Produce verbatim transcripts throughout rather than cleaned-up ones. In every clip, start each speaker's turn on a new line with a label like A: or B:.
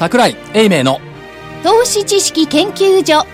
A: 櫻井英明の
B: 投資知識研究所。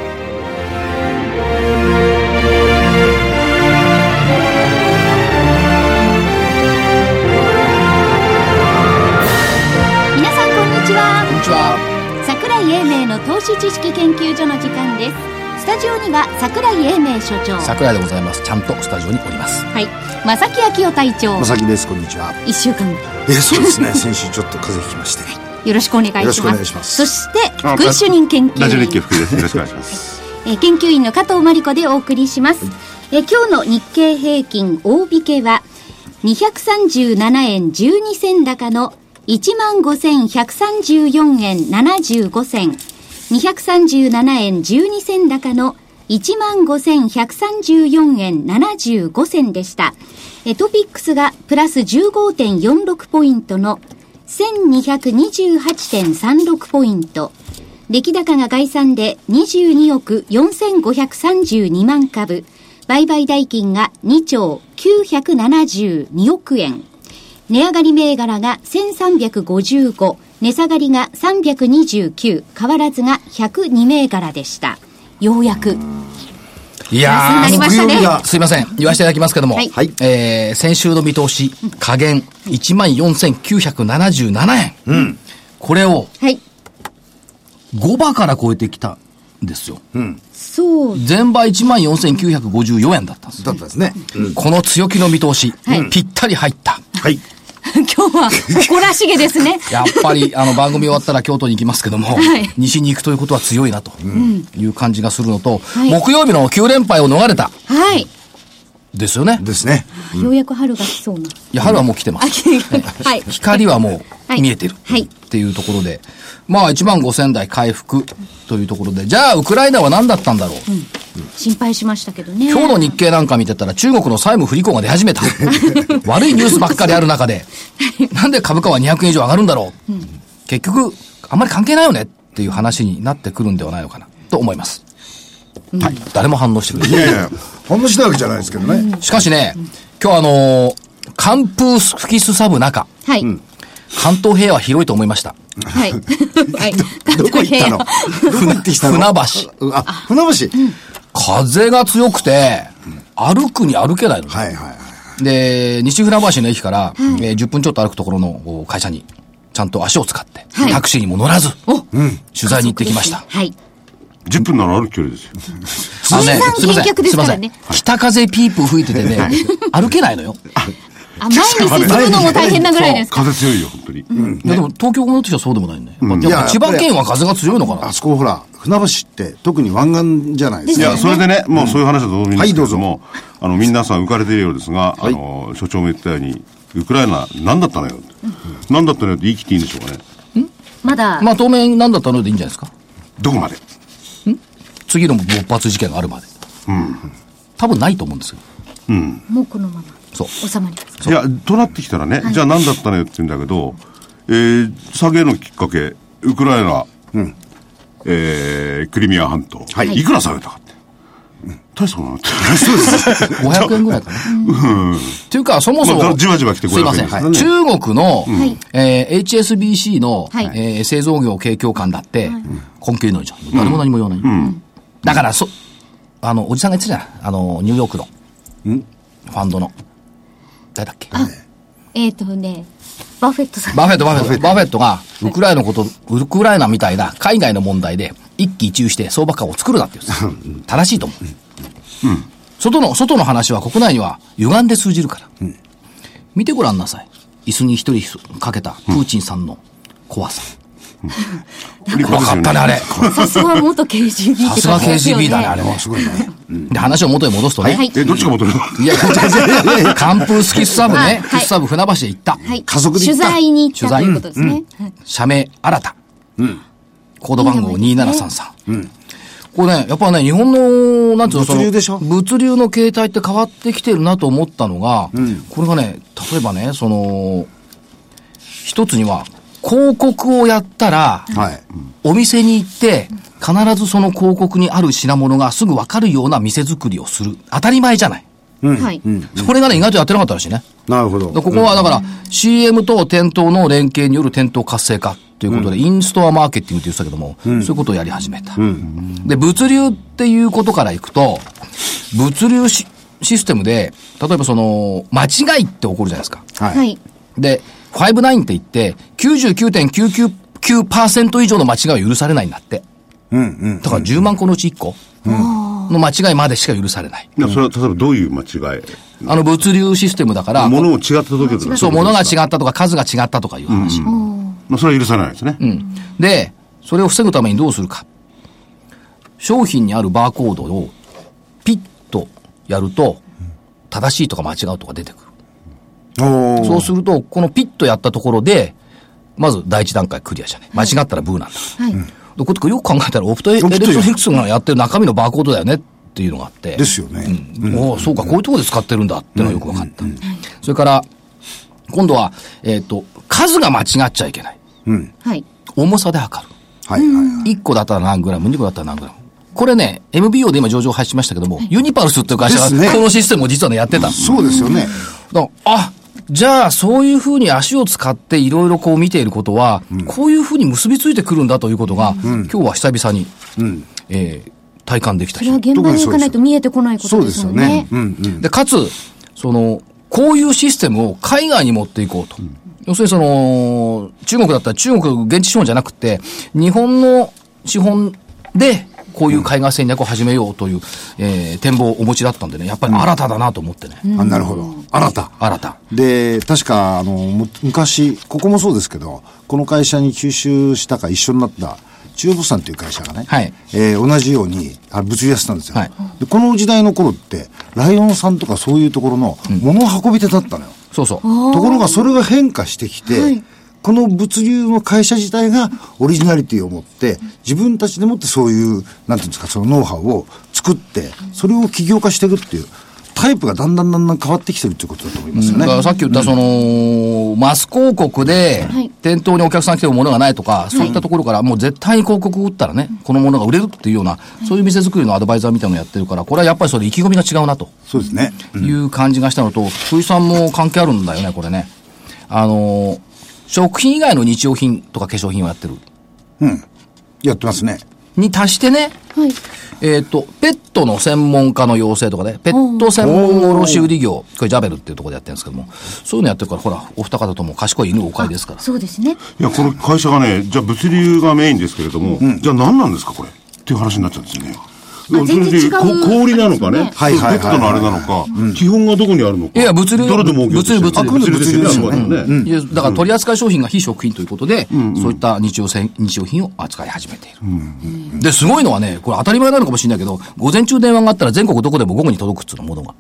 B: 皆さんこんにちは。
A: こんにちは。
B: 櫻井英明の投資知識研究所の時間です。スタジオには櫻井英明所長。
A: 櫻井でございます。ちゃんとスタジオにおります。
B: はい。正木昭夫隊長。
C: 正木です。こんにちは。
B: 一週間。
C: えー、そうですね。先週ちょっと風邪ひきまして。
B: よろしくお願いします。
C: よろしくお願いします。
B: そして福井主任研究員
D: ラジオ日経福井です。よろしくお願いします。
B: えー、研究員の加藤真理子でお送りします。えー、今日の日経平均大引けはにひゃくさんじゅうななえんじゅうに銭高の いちまんごせんひゃくさんじゅうよんえんななじゅうご銭、にひゃくさんじゅうななえんじゅうに銭高のいちまんごせんひゃくさんじゅうよんえんななじゅうご銭でした。えトピックスがプラス じゅうごてんよんろく ポイントの せんにひゃくにじゅうはちてんさんろく ポイント。出来高が概算でにじゅうにおくよんせんごひゃくさんじゅうにまん株。売買代金がにちょうきゅうひゃくななじゅうにおくえん。値上がり銘柄がせんさんびゃくごじゅうご。値下がりがさんびゃくにじゅうきゅう。変わらずがひゃくに銘柄でした。ようやく。
A: いやー、
B: 木曜日
A: がすいません、言わせていただきますけども、はい、えー、先週の見通し、下限 いちまんよんせんきゅうひゃくななじゅうななえん、うん、これをごばから超えてきたんですよ、うん、そう前場 いちまんよんせんきゅうひゃくごじゅうよんえんだったんです
C: だったですね、
A: うん、この強気の見通し、はい、ぴったり入った。
C: はい。
B: 今日は誇らしげですね。
A: やっぱりあの番組終わったら京都に行きますけども、はい、西に行くということは強いなという感じがするのと、はい、木曜日のきゅう連敗を逃れた、はい、ですよね。
C: ですね、
B: うん、ようやく春が来そうな。い
A: や、春はもう来てます、はい、光はもう見えてる、はい、っていうところで、まあいちまんごせん台回復というところで、じゃあウクライナは何だったんだろう、うん
B: うん、心配しましたけどね。
A: 今日の日経なんか見てたら中国の債務不履行が出始めた悪いニュースばっかりある中でなんで株価はにひゃくえん以上上がるんだろう、うん、結局あんまり関係ないよねっていう話になってくるんではないのかなと思います、うん、はい。誰も反応してくれない。
C: いやいや反応しないわけじゃないですけどね、うん、
A: しかしね、今日あのー、寒風吹きすさぶ中、はい、うん、関東平野は広いと思いました。
B: はい。はい。
C: どこ行ったの？どこ行ってきたの？
A: 船橋。
C: あ、船橋。うん、
A: 風が強くて、歩くに歩けないの。はいはいはい。で、西船橋の駅から、はい、えー、じゅっぷんちょっと歩くところの会社に、ちゃんと足を使って、はい、タクシーにも乗らず、うん、取材に行ってきました。はい。
D: じゅっぷんなら歩く距離ですよ。
B: あのね、すいません。すいません。
A: 北風ピープ吹いててね、歩けないのよ。
B: あ、前に進むのも大変なぐらいですか。
D: 風強いよ、本当に。うん。
A: いや、でも東京の時はそうでもないね。うん、いや、千葉県は風が強いのかな。
C: あそこほら、船橋って特に湾岸じゃないですか。
D: いや、それでね、もうそういう話だと思うんですけども、あの、皆さん浮かれているようですが、あの、所長も言ったように、ウクライナ何だったのよ。何だったのよって言い切っていいんでしょうかね。
B: んまだ。
A: まあ、当面何だったのでいいんじゃないですか。
D: どこまで？
A: ん次の勃発事件があるまで。うん。多分ないと思うんですよ。
B: うん。もうこのまま。
A: そう
B: 収まります。
D: いや、となってきたらね、はい、じゃあ何だったのよって言うんだけど、えー、下げのきっかけ、ウクライナ、うん、えー、クリミア半島、はい、いくら下げたかって。うん、大したものって。そうです。
A: ごひゃくえんぐらいかな。うん。っていうか、そもそも、
D: まあ、じわじわ来てごひゃくえんです。
A: すいません。はい、中国の、うん、えー、エイチエスビーシー の、はい、えー、製造業景況感だって、はい、根拠のじゃん。誰も何も言わない。うんうん、だから、そ、あの、おじさんが言ってたじゃん。あの、ニューヨークの、うん、ファンドの。誰だっけ？
B: あ、えっとね、バフェットさん。
A: バフェット、バフェット。バフェットが、ウクライナのこと、ウクライナみたいな海外の問題で一喜一憂して相場価を作るなって言うんです。正しいと思う。うん。外の、外の話は国内には歪んで通じるから。うん、見てごらんなさい。椅子に一人かけたプーチンさんの怖さ。うん、分かったね、あれ。
B: さすが元 ケージービー って
A: さすが ケージービー だね、あれね。すごいね。で、話を元に戻すとね。
D: はい、え、どっちが戻るの？
A: いや、いや、寒風スキスサブね。はい、スキスサブ船橋で行った。
B: はい。家族で行った。取材に行ったということですね。
A: うん、社名、新た。うん。コード番号にーななさんさん。うん。これね、やっぱね、日本の、なんていうの、
C: 物流でしょ？
A: 物流の形態って変わってきてるなと思ったのが、うん、これがね、例えばね、その、一つには、広告をやったら、はい、お店に行って、必ずその広告にある品物がすぐ分かるような店作りをする。当たり前じゃない。うん。はい。それがね、意外とやってなかったらしいね。
C: なるほど。
A: ここはだから、うん、シーエム と店頭の連携による店頭活性化ということで、インストアマーケティングって言ってたけども、そういうことをやり始めた。で、物流っていうことからいくと、物流システムで、例えばその、間違いって起こるじゃないですか。
B: はい。
A: で、ごじゅうきゅうって言って、きゅうじゅうきゅうてんきゅうきゅうきゅうパーセント 以上の間違いは許されないんだって。
C: うんうん。
A: だからじゅうまん個のうちいっこの間違いまでしか許されない。
D: いや、それは例えばどういう間違い？
A: あの、物流システムだから。
D: 物を違った時は
A: そう、物が違ったとか数が違ったとかいう話。うん
D: うんまあ、それは許されないですね。
A: うん。で、それを防ぐためにどうするか。商品にあるバーコードをピッとやると、正しいとか間違うとか出てくる。おそうすると、このピッとやったところで、まず第一段階クリアじゃね。間違ったらブーなんだ。はい。でこれよく考えたら、オプトエレクトロニクスがやってる中身のバーコードだよねっていうのがあって。
C: ですよね。
A: うん。おお、そうか、こういうところで使ってるんだっていうのがよく分かった。うんうんうん、それから、今度は、えっと、数が間違っちゃいけない。
C: うん。
B: はい。
A: 重さで測る。
C: はいはいはい。
A: いっこだったら何グラム、にこだったら何グラム。これね、エムビーオー で今上場廃止しましたけども、ユニパルスっていう会社が、このシステムを実はね、やってた。
C: そうですよね。
A: だから、あ、じゃあ、そういうふうに足を使っていろいろこう見ていることは、うん、こういうふうに結びついてくるんだということが、うん、今日は久々に、うんえー、体感できた。
B: それは現場に行かないと見えてこないことですよね。そうですよね。
C: うんうん、
A: で、かつ、その、こういうシステムを海外に持っていこうと。うん、要するにその、中国だったら中国現地資本じゃなくて、日本の資本で、こういう海外戦略を始めようという、えー、展望をお持ちだったんでね、やっぱり新ただなと思ってね。
C: うん、あ、なるほど。新た。
A: 新た。
C: で、確か、あの、昔、ここもそうですけど、この会社に吸収したか一緒になった中央物産という会社がね、はい、えー、同じようにあ物流やってたんですよ、はい、で。この時代の頃って、ライオンさんとかそういうところの物運び手だったのよ。
A: うん、そうそう。
C: ところがそれが変化してきて、はいこの物流の会社自体がオリジナリティを持って、自分たちでもってそういう、なんていうんですか、そのノウハウを作って、それを企業化していくっていう、タイプがだんだんだんだん変わってきてるっていうことだと思いますよね。うん、
A: だからさっき言ったその、うん、マス広告で、店頭にお客さん来ても物がないとか、はい、そういったところからもう絶対に広告打ったらね、この物が売れるっていうような、そういう店作りのアドバイザーみたいなのをやってるから、これはやっぱりそれ意気込みが違うなと。
C: そうですね。
A: うん、いう感じがしたのと、福井さんも関係あるんだよね、これね。あのー、食品以外の日用品とか化粧品をやってる。
C: うん。やってますね。
A: に足してね、はい、えっ、ー、と、ペットの専門家の養成とかね、ペット専門卸売業、これジャベルっていうところでやってるんですけども、そういうのやってるから、ほら、お二方とも賢い犬お飼いですから。
B: そうですね。
D: いや、この会社がね、じゃあ物流がメインですけれども、うん、じゃあ何なんですか、これ。っていう話になっちゃうんですよね。それで氷なのかね、ペットのあれなのか、基本がどこにあるのか。
A: いや、物流。
D: どれでも
A: 物流、物流。
D: 物流ですよ
A: ね。いや、だから取扱い商品が非食品ということで、そういった日用品、日用品を扱い始めている。で、すごいのはね、これ当たり前なのかもしれないけど、午前中電話があったら全国どこでも午後に届くっつうの、ものが。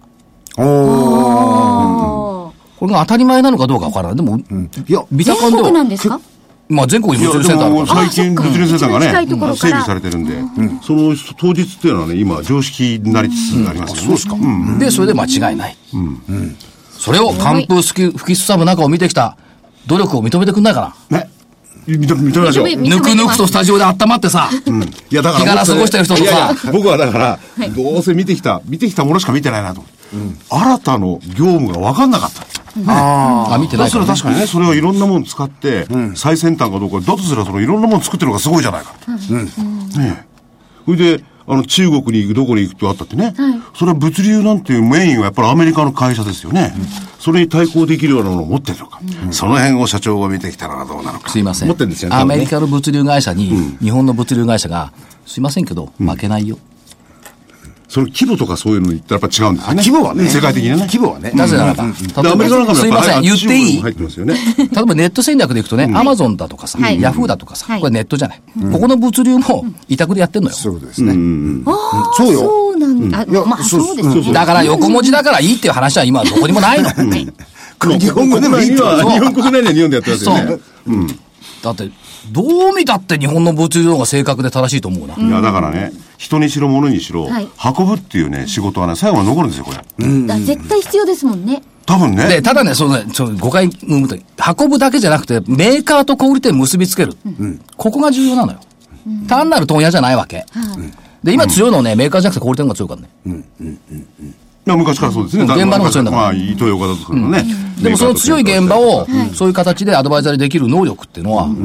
A: おー。これが当たり前なのかどうかわからない。でも、
B: いや、ビタカンでは。全国なんですか？
A: まあ全国に物流センターあるから。
D: 最近物流センターがね、整備されてるんで、うん、その当日っていうのはね、今常識になりつつありますよね。
C: そうですか。うん、
A: で、それで間違いない。うんうん、それを寒風吹きすさぶ中を見てきた努力を認めてくんないかな。ね。
D: 認めましょう。
A: ぬくぬくとスタジオで温まってさ、うん、いやだから日柄過ごしてる人とさ、いやいや
D: 僕はだから、はい、どうせ見てきた、見てきたものしか見てないなと。うん、新たの業務が分かんなかった。
A: ね、ああ、見てない
D: から、ね。確かにね、それをいろんなもの使って、うん、最先端かどうか、だとすらそのいろんなもの作ってるのがすごいじゃないか。うん。ねえ。それで、あの、中国に行く、どこに行くってあったってね、はい、それは物流なんていうメインはやっぱりアメリカの会社ですよね。うん、それに対抗できるようなものを持ってるのか。うん、その辺を社長が見てきたらどうなのか。
A: すいません。
D: 持ってるんですよね。
A: アメリカの物流会社に、うん、日本の物流会社が、すいませんけど、負けないよ。
D: その規模とかそういうの言ったらやっぱ違うんですよね。
C: 規模はね。
D: 世界的にね。
C: 規模はね。
A: なぜならば。
D: アメリカなんかもやっぱり
A: すいません、言っていい？
D: 入ってますよね。
A: 例えばネット戦略でいくとね、アマゾンだとかさ、ヤフーだとかさ、これネットじゃない。ここの物流も委託でやってんのよ。
C: そういうことですね。
B: そうよ。そうなんだ。まあそうですね。
A: だから横文字だからいいっていう話は今どこにもないの。
C: 日本語でもいいって
D: 日本国内で日本でやってますよね。
A: そう。だって、どう見たって日本の物流の方が正確で正しいと思うな。
D: いや、だからね、人にしろ物にしろ、はい、運ぶっていうね、仕事はね、最後まで残るんですよ、これ。
B: うん、絶対必要ですもんね。
D: 多分ね。
A: で、ただね、そのね、ちょ誤解生むと、運ぶだけじゃなくて、メーカーと小売店結びつける。うん、ここが重要なのよ。うん、単なる問屋じゃないわけ。うん、で、今強いのはね、メーカーじゃなくて小売店が強いからね。うんうんうんうん
D: 昔からそうですね。
A: 現場の方が強いんだから。
D: まあ、伊藤洋華だとかね、
A: うん。でもその強い現場を、そういう形でアドバイザリーできる能力っていうのは、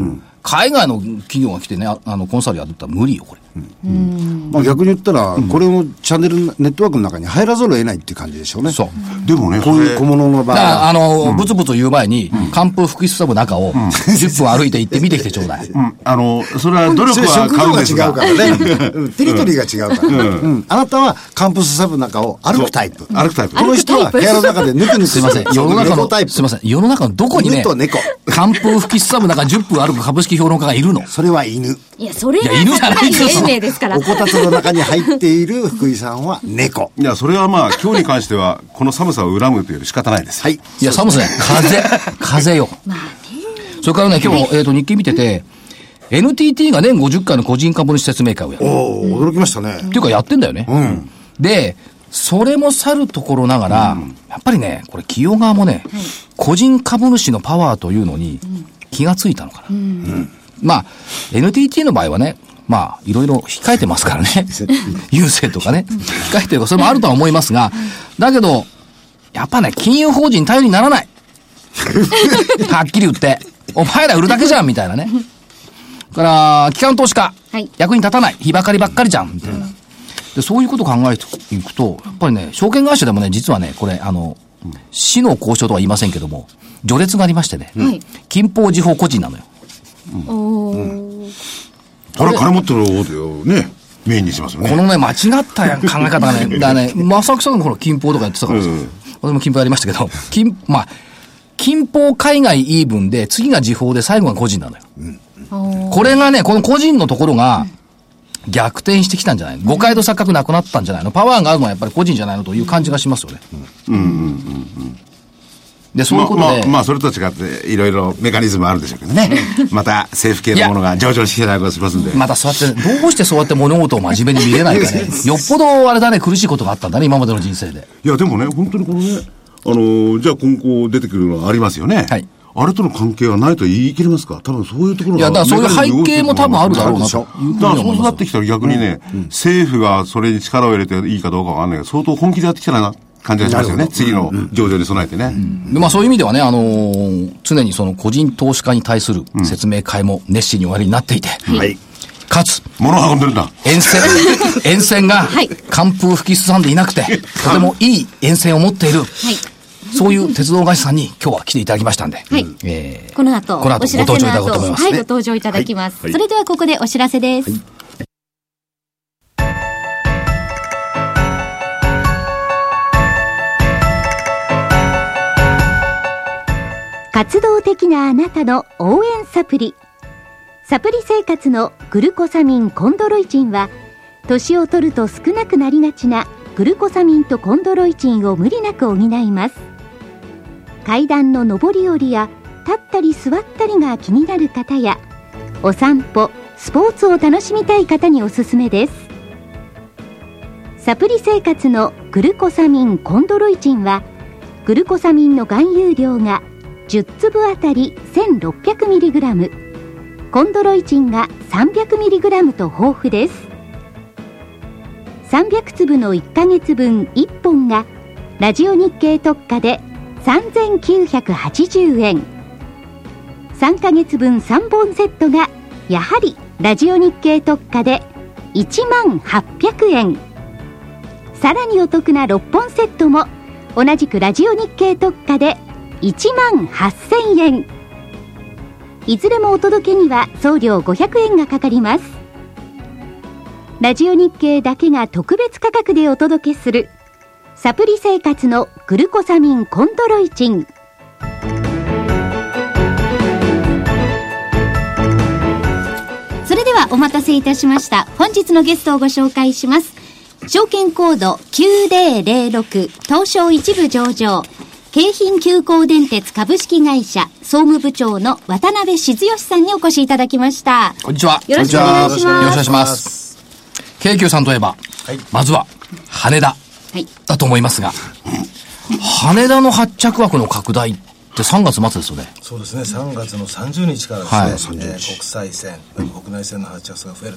A: 海外の企業が来てね、ああのコンサルやってたら無理よこれ。
C: うんうんまあ、逆に言ったら、うん、これをチャンネルネットワークの中に入らざるを得ないっていう感じでしょうね。
A: そう。
D: でもね、
C: こういう小物の場合は。
A: あの、うん、ブツブツ言う前に、うん、寒風吹きすさぶ中を、じゅっぷん歩いて行って見てきてちょうだい。
D: うん、あの、それは努力は買うんですが。
C: 職業が違うからね。テリトリーが違うから、うんうん。あなたは寒風すさぶ中を歩くタイプ。
D: 歩くタイプ。
C: この人は部屋の中でぬくぬく
A: すいません。世の中の、すいません。世の中のどこにね、寒風吹きすさぶ中じゅっぷん歩く株式評論家がいるの。
C: それは犬。
B: いや、それは
A: 犬じゃない
B: 生命ですから。
C: おこたつの中に入っている福井さんは猫。
D: いや、それはまあ、今日に関しては、この寒さを恨むというより仕方ないです。
C: はい。
A: いや、寒さね、風。風よ。まあね。それからね、今日、えっと、日経見てて、エヌティーティー が年ごじゅっかいの個人株主説明会をやる。
C: おー、驚きましたね。
A: っていうか、やってんだよね。
C: うん。
A: で、それもさるところながら、うん、やっぱりね、これ企業側もね、はい、個人株主のパワーというのに気がついたのかな。うんうん、まあ、エヌティーティー の場合はね、まあ、いろいろ控えてますからね。郵政とかね。控えてるか、それもあるとは思いますが、だけど、やっぱね、金融法人頼りにならない。はっきり言って。お前ら売るだけじゃん、みたいなね。だから、機関投資家、はい、役に立たない。日ばかりばっかりじゃん、みたいな。で、そういうことを考えていくと、やっぱりね、証券会社でもね、実はね、これ、あの、市の交渉とは言いませんけども、序列がありましてね、はい、金法時法個人なのよ。
B: うん、おー。
D: これ金持ってる大手をね、メインにしますよね。
A: このね、間違った考え方がね、だからね、正木さんもほら、金法とかやってたからさ、うん、私も金法やりましたけど、金、まあ、金法海外イーブンで、次が時法で、最後が個人なのよ。うん、これがね、この個人のところが、逆転してきたんじゃないの、誤解と錯覚なくなったんじゃないの、パワーがあるのはやっぱり個人じゃないのという感じがしますよね。
D: うんうんうんうん
A: で、そういうことで。
D: ま、まあ、まあ、それと違って、いろいろメカニズムあるでしょうけどね。また、政府系のものが上場してきたりとかしますんで。
A: またそうやって、どうしてそうやって物事を真面目に見れないかね。よっぽど、あれだね、苦しいことがあったんだね、今までの人生で。
D: いや、でもね、本当にこのね、あのー、じゃあ今後出てくるのはありますよね。はい。あれとの関係はないと言い切れますか？多分そういうところが。
A: いや、だからそういう背景も多分あるだろうなと。
D: だからそうなってきたら逆にね、うんうん、政府がそれに力を入れていいかどうかわかんないけど、相当本気でやってきたな。感じがしますよね。次の上場に備えてね。
A: うんうん、まあそういう意味ではね、あのー、常にその個人投資家に対する説明会も熱心におやりになっていて。はい。かつ、
D: 物を運んでるんだ。
A: 沿線、沿線が、寒風吹きすさんでいなくて、とてもいい沿線を持っている。はい。そういう鉄道会社さんに今日は来ていただきましたんで。はい。
B: えー、この後、
A: この後、ご登場いただこうと思います。
B: はい、ご登場いただきます。はい、それではここでお知らせです。はい。活動的なあなたの応援サプリ。サプリ生活のグルコサミンコンドロイチンは、年を取ると少なくなりがちなグルコサミンとコンドロイチンを無理なく補います。階段の上り下りや立ったり座ったりが気になる方や、お散歩、スポーツを楽しみたい方におすすめです。サプリ生活のグルコサミンコンドロイチンは、グルコサミンの含有量がじゅっつぶあたり せんろっぴゃくミリグラム、 コンドロイチンが さんびゃくミリグラム と豊富です。さんびゃくつぶのいっかげつぶんいっぽんがラジオ日経特価でさんぜんきゅうひゃくはちじゅうえん、さんかげつぶんさんぼんセットがやはりラジオ日経特価でいちまんはっぴゃくえん、さらにお得なろっぽんセットも同じくラジオ日経特価でいちまんはっせんえん。いずれもお届けには送料ごひゃくえんがかかります。ラジオ日経だけが特別価格でお届けするサプリ生活のグルコサミンコンドロイチン。それではお待たせいたしました。本日のゲストをご紹介します。証券コードきゅうぜろぜろろく、東証一部上場京浜急行電鉄株式会社総務部長の渡辺静義さんにお越しいただきました。
A: こんにちは。
B: よろしくお願いします。
A: よろしくお願いします。京急さんといえば、はい、まずは羽田だと思いますが、はい、羽田の発着枠の拡大ってさんがつ末ですよね。
E: そうですね。さんがつのさんじゅうにちからですね、はい、えー、国際線、国内線の発着数が増えると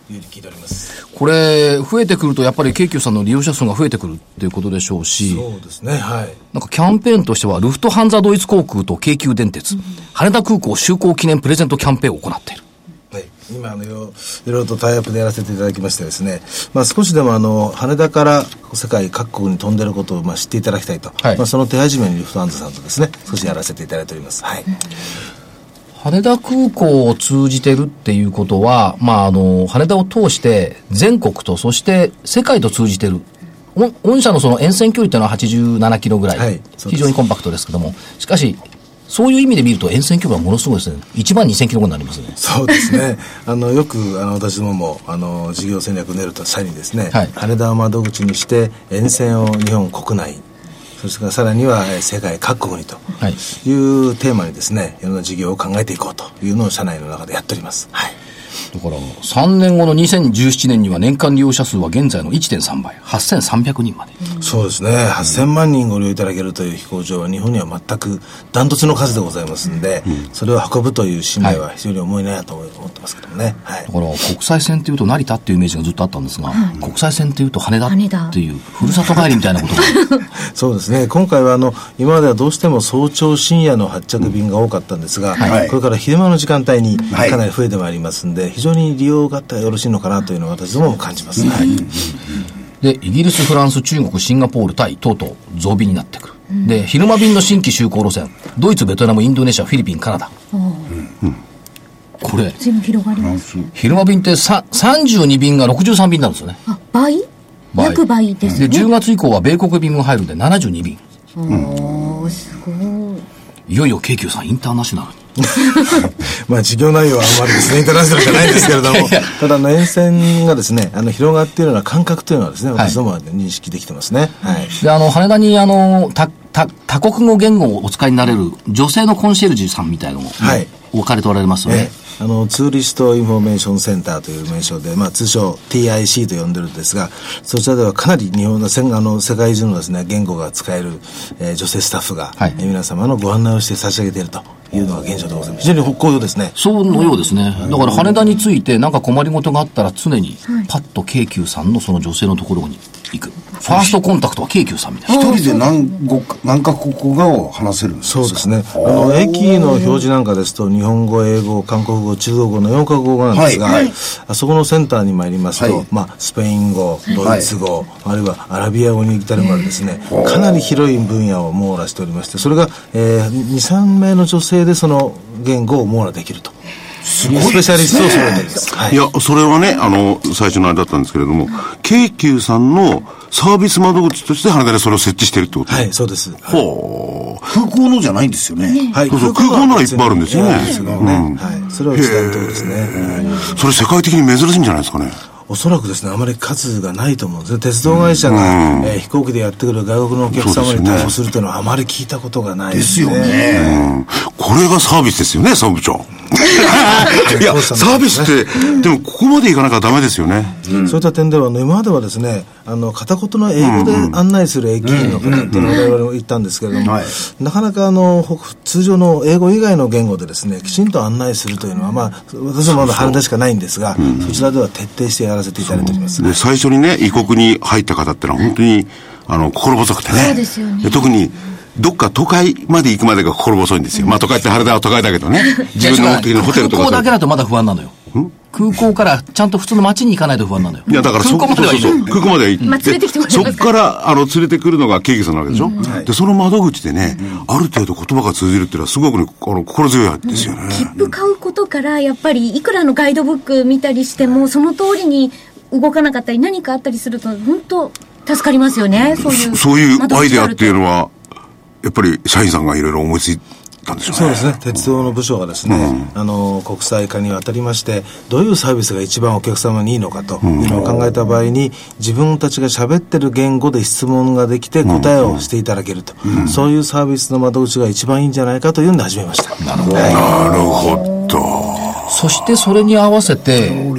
E: いうふうに聞いております。
A: これ増えてくるとやっぱり京急さんの利用者数が増えてくるっていうことでしょうし、
E: そうですね、はい。
A: なんかキャンペーンとしてはルフトハンザドイツ航空と京急電鉄、うん、羽田空港就航記念プレゼントキャンペーンを行っている。
E: はい、今あのいろいろとタイアップでやらせていただきましてですね、まあ、少しでもあの羽田から世界各国に飛んでいることをまあ知っていただきたいと、はい、まあ、その手始めにリフトハンズさんとですね少しやらせていただいております。はい、
A: 羽田空港を通じてるっていうことは、まあ、あの羽田を通して全国とそして世界と通じてる。御社のその沿線距離というのははちじゅうななキロぐらい、はい、非常にコンパクトですけども、しかしそういう意味で見ると沿線距離はものすごいですね。いちまんにせんキロになりますね。
E: そうですね。あのよくあの私どももあの事業戦略を練る際にですね、はい、羽田を窓口にして沿線を日本国内、それからさらには世界各国にというテーマにですね、いろんな事業を考えていこうというのを社内の中でやっております。はい。
A: だからさんねんごのにせんじゅうななねんには年間利用者数は現在の いってんさんばい、はっせんさんびゃくにんまで、
E: うん、そうですね。はっせんまんにんご利用いただけるという飛行場は日本には全くダントツの数でございますので、うん、それを運ぶという使命は非常に重いなと思ってますけどもね、はい、
A: だから国際線というと成田っていうイメージがずっとあったんですが、はい、国際線というと羽田っていうふるさと帰りみたいなことが
E: そうですね。今回はあの今まではどうしても早朝深夜の発着便が多かったんですが、はい、これから昼間の時間帯にかなり増えてまいりますので、非常に利用がよろしいのかなというのを私どもも感じます、はい、
A: でイギリス、フランス、中国、シンガポール、タイ等々増便になってくる、うん、で昼間便の新規就航路線、ドイツ、ベトナム、インドネシア、フィリピン、カナダ、うん、これ
B: 全部広がります。
A: 昼間便ってささんじゅうに便がろくじゅうさん便なんですよね。
B: あ、倍倍約倍ですね。
A: でじゅうがつ以降は米国便も入るんでななじゅうに便。
B: おー、すごい。
A: いよいよ京急さんインターナショナルに
E: まあ事業内容はあんまりですねインターナショナルじゃないんですけれどもただあの沿線がですねあの広がっているような感覚というのはですね、はい、私どもは認識できてますね、はい、
A: であの羽田にあのたた多国語言語をお使いになれる女性のコンシェルジュさんみたいなのも、はい、置かれておられますよね、ええ
E: あのツーリストインフォメーションセンターという名称で、まあ、通称 ティーアイシー と呼んでるんですが、そちらではかなり日本のあの世界中のですね言語が使える、えー、女性スタッフが、はい、えー、皆様のご案内をして差し上げているというのが現状でございます。非常に好評ですね。
A: そうのようですね。だから羽田について何か困りごとがあったら常にパッと京急さんのその女性のところに行く。ファーストコンタクトは京急さんみたいな。
C: 一人で何語か何カ国語がを話せるんですか。
E: そうですね。あの駅の表示なんかですと日本語、英語、韓国語、中国語のよんカ国語なんですが、はいはい、あそこのセンターに参りますと、はい、まあ、スペイン語、ドイツ語、はい、あるいはアラビア語に至るまでですね、かなり広い分野を網羅しておりまして、それが、えー、に、さんめいの女性でその言語を網羅できると。
C: すごいですね。
E: スペシャリストを揃えております。
D: はい、いや、それはね、あの、最初のあれだったんですけれども、京急さんのサービス窓口として羽田でそれを設置してるってこと？
E: はい、そうです。
C: ほう。空港のじゃないんですよね。ね、
E: はい。
D: そうそう、空港のはいっぱいあるんですよね。
E: ですよね。うん、はい。それは伝えるところですね。
D: それ世界的に珍しいんじゃないですかね。
E: おそらくですね、あまり数がないと思うんですね。鉄道会社が、うんえー、飛行機でやってくる外国のお客様に対応するというのはあまり聞いたことがないですね。
C: ですよね。
D: うん、これがサービスですよね、総務長。いや、サービスって、でもここまでいかなきゃダメですよね。
E: うん、そういった点では、ね、今まではですね、あの、片言の英語で案内する駅員の方っていうのを我々も言ったんですけれども、なかなかあの、通常の英語以外の言語でですね、きちんと案内するというのは、まあ、私はまだ羽田しかないんですが、そ, そちらでは徹底してやらせていただいております。
D: で、最初にね、異国に入った方ってのは本当に、あの、心細くてね。
B: そうですよね。
D: で特に、どっか都会まで行くまでが心細いんですよ。まあ都会って羽田は都会だけどね。自分の目的のホテルとか。
A: 空港だけだとまだ不安なのよ。空港からちゃんと普通の街に行かないと不安なのよ。
D: いやだからそこまではいい。空港までは行って、
B: まあ、連れてきてもらいます
D: そこからあの連れてくるのが京急さんなわけでしょ。うんはい、でその窓口でね、うん、ある程度言葉が通じるっていうのはすごく、ね、あの心強いですよね。
B: 切符買うことからやっぱりいくらのガイドブック見たりしてもその通りに動かなかったり何かあったりすると本当助かりますよね。そういう
D: そういうアイデアっていうのはやっぱり社員さんがいろいろ思いついたんでしょうね。
E: そうですね。鉄道の部署がですね、うん、あの国際化にあたりましてどういうサービスが一番お客様にいいのかというのを考えた場合に、うん、自分たちが喋ってる言語で質問ができて答えをしていただけると、うん、そういうサービスの窓口が一番いいんじゃないかというんで始めました。
D: なるほど、はい、なるほど。
A: そしてそれに合わせて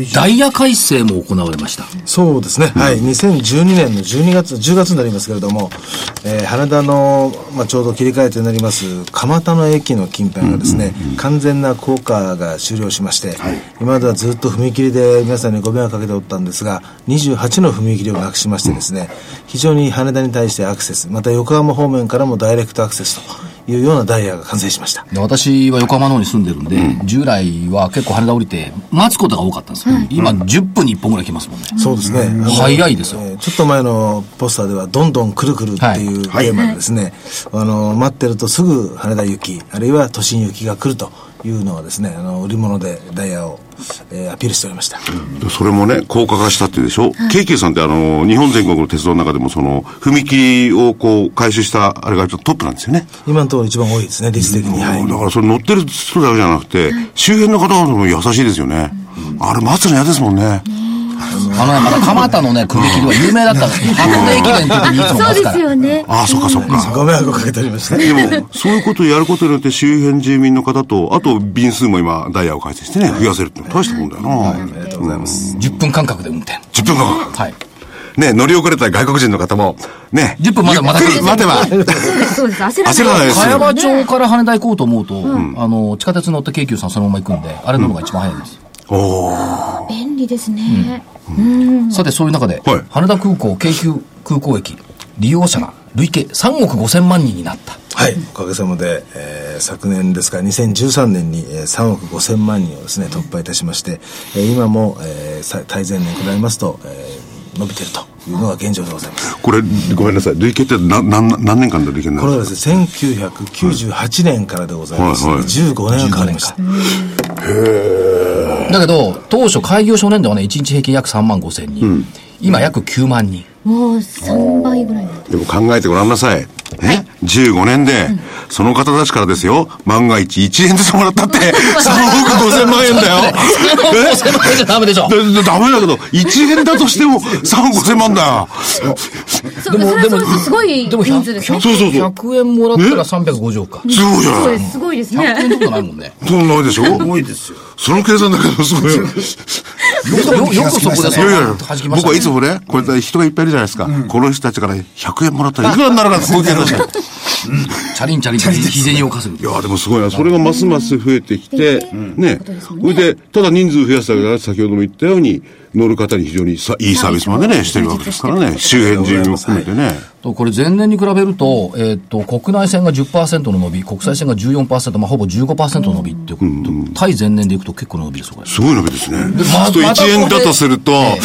A: ダイヤ改正も行われました。
E: そうですね、うん、はい、にせんじゅうにねんのじゅうにがつじゅうがつになりますけれども、えー、羽田の、まあ、ちょうど切り替えとなります蒲田の駅の近辺がですね、うんうんうん、完全な高架が終了しまして、はい、今まではずっと踏切で皆さんにご迷惑かけておったんですが、にじゅうはちの踏切をなくしましてですね、非常に羽田に対してアクセス、また横浜方面からもダイレクトアクセスというようなダイヤが完成しました。
A: で、私は横浜の方に住んでるんで、うん、従来は結構羽田降りて待つことが多かったんですよ、うん、今じゅっぷんにいっぽんぐらい来ますもんね、
E: うん、そうですね、うん、
A: 早いですよ、
E: えー、ちょっと前のポスターではどんどんくるくるっていうテーマでですね、はい、あの待ってるとすぐ羽田行き、あるいは都心行きが来るというのはですね、あの売り物でダイヤを、えー、アピールしておりました、
D: うん、それもね高架化したっていうでしょ、はい、京急さんってあの日本全国の鉄道の中でもその踏切をこう回収したあれがちょっとトップなんですよね。
E: 今のところ一番多いですね、率的に、はい、
D: だからそれ乗ってる人だけじゃなくて、はい、周辺の方々も優しいですよね、うん、あれ待つの嫌ですもんね。
A: あのね、また蒲田のね、踏切は有名だったの。箱根駅伝の時にいつも待つから。
B: そうですよね。
D: ああ、そっかそっか。
E: ご迷惑をかけておりました。
D: でも、そういうことをやることによって周辺住民の方と、あと便数も今、ダイヤを改正してね、増やせるって大したもんだよな、はい。
E: ありがとうございます。
A: じゅっぷん間隔で運転。
D: じゅっぷん間隔。
A: はい。
D: ね、乗り遅れた外国人の方も、ね。
A: じゅっぷんまで待て
D: 待てば。
B: そうです、そうです。焦らない。
D: 焦らないです。
A: 茅場町から羽田行こうと思うと、うん、あの、地下鉄乗って京急さんそのまま行くんで、あれの方が一番早いんです。
D: うん、お
B: ー。便利ですね。
A: うんうん、さてそういう中で、はい、羽田空港京急空港駅利用者が累計さんおくごせんまんにんになった。
E: はい、おかげさまで、えー、昨年ですからにせんじゅうさんねんに、えー、さんおくごせんまんにんをですね突破いたしまして、えー、今も、えー、対前年比べますと、えー、伸びているというのが現状でございます。
D: これごめんなさい、累計って何何何年間で累計になるんですか。
E: これはですねせんきゅうひゃくきゅうじゅうはちねんからでございます、はいはい、じゅうごねんかかりました。
A: へえ。だけど当初開業初年度はねいちにち平均約さんまんごせんにん、うん、今約きゅうまんにん、
B: もうさんばいぐらい。
D: でも考えてごらんなさい、ね、じゅうごねんで、うん、その方たちからですよ、万が一いちえんずつもらったってさんおくごせんまんえんだよ。
A: さんおくごせんまんえんじゃダメでしょ。
D: ダメだけどいちえんだとしてもさんおくごせんまんだよ。
B: でもでもすごい人数ですね。
A: そうそうそう、ひゃくえんもらったらさんびゃくごじゅうおくか、
D: すごいじゃない。
B: すごいですね。
A: ひゃくえんどころないもんね。
D: そんなないでしょ。す
C: ごいですよ。
D: その計算だけどすごいよ。よ
A: くそこでそ
D: う弾きましたね。僕はいつもね、これ人がいっぱいいるじゃないですか、うん、この人たちからひゃくえんもらったらいくらになるかってこういう計算して
A: うん、チャリンチャリンチャリン日銭を稼ぐ。
D: いやでもすごいな、それがますます増えてきて、うん、ね、それでただ人数増やしたから先ほども言ったように乗る方に非常にさいいサービスまでねしてるわけですからね、周辺住民も含めてね、はい、
A: とこれ前年に比べると、えー、っと国内線が じゅっパーセント の伸び、国際線が じゅうよんパーセント、まあ、ほぼ じゅうごパーセント の伸びっていうこと、うん、対前年でいくと結構の伸びです。これ
D: すごい伸びですね。で、まあ、といちえんだとすると、え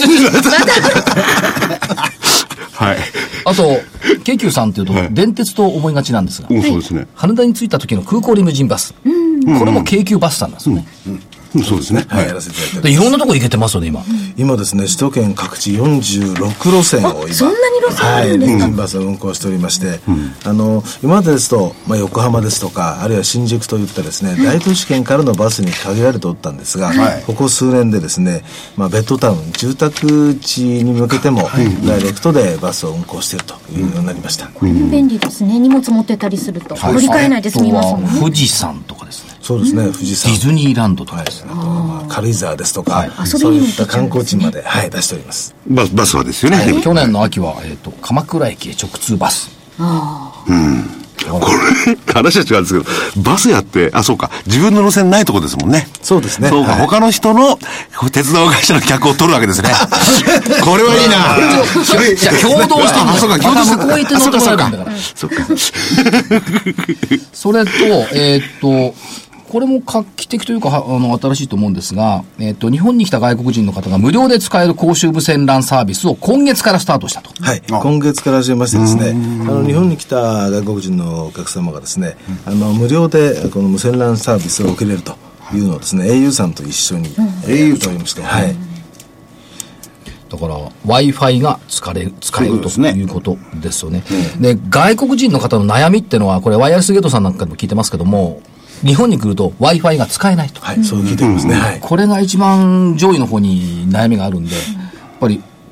D: ーはい、
A: あと京急さんというと、はい、電鉄と思いがちなんですが、
D: うん、そうですね、
A: 羽田に着いた時の空港リムジンバス、うん、これも京急バスさんなんですよね、うんうん
D: うん、そうですね、
E: はい、やらせていただいて
A: でいろんなとこ行けてますよね今、うん、
E: 今ですね首都圏各地よんじゅうろく路線を今
B: そんなに路線あるんですか。
E: はい、リムジンバスを運行しておりまして、うん、あの今までですと、まあ、横浜ですとかあるいは新宿といったですね、うん、大都市圏からのバスに限られておったんですが、はい、ここ数年でですね、まあ、ベッドタウン住宅地に向けても、はい、ダイレクトでバスを運行しているというようになりました、
B: うん、便利ですね。荷物持ってたりすると、はい、乗り換えないで済みますもんね。
A: 富士山とかですね。
E: そうですね、富士山、
A: ディズニーランドとかですね、
E: はい、軽井沢ですとか、はい、そういった観光地まで、はい、出しております。
D: バス、バスはですよね、はい、
A: 去年の秋は、えーと、鎌倉駅へ直通バス。
B: あ
D: うん、これ話は違うんですけど、バスやってあそうか自分の路線ないとこですもんね。
E: そうですね。
D: そうか、はい、他の人の鉄道会社の客を取るわけですね。これはいいな。
A: じゃあ共同して
D: あそうか共同して
A: 向こう行って乗ってもらえばいいんだから。
D: そうか。
A: それとえー、っとこれも画期的というかあの新しいと思うんですが、えー、っと日本に来た外国人の方が無料で使える公衆無線 ラン サービスを今月からスタートしたと。
E: はい、今月から始めましてですね、あの日本に来た外国人のお客様がですね、あの無料でこの無線 ラン サービスを受けれるというのをですね、 エーユー さんと一緒に、うん、エーユー とおりまして、はい、
A: だから Wi-Fi が使える、使えるということですよね。で、外国人の方の悩みっていうのは、これワイヤレスゲートさんなんかでも聞いてますけども、日本に来ると Wi-Fi が使えないと。
E: はい、そう聞いてますね。はい。
A: これが一番上位の方に悩みがあるんで、やっぱり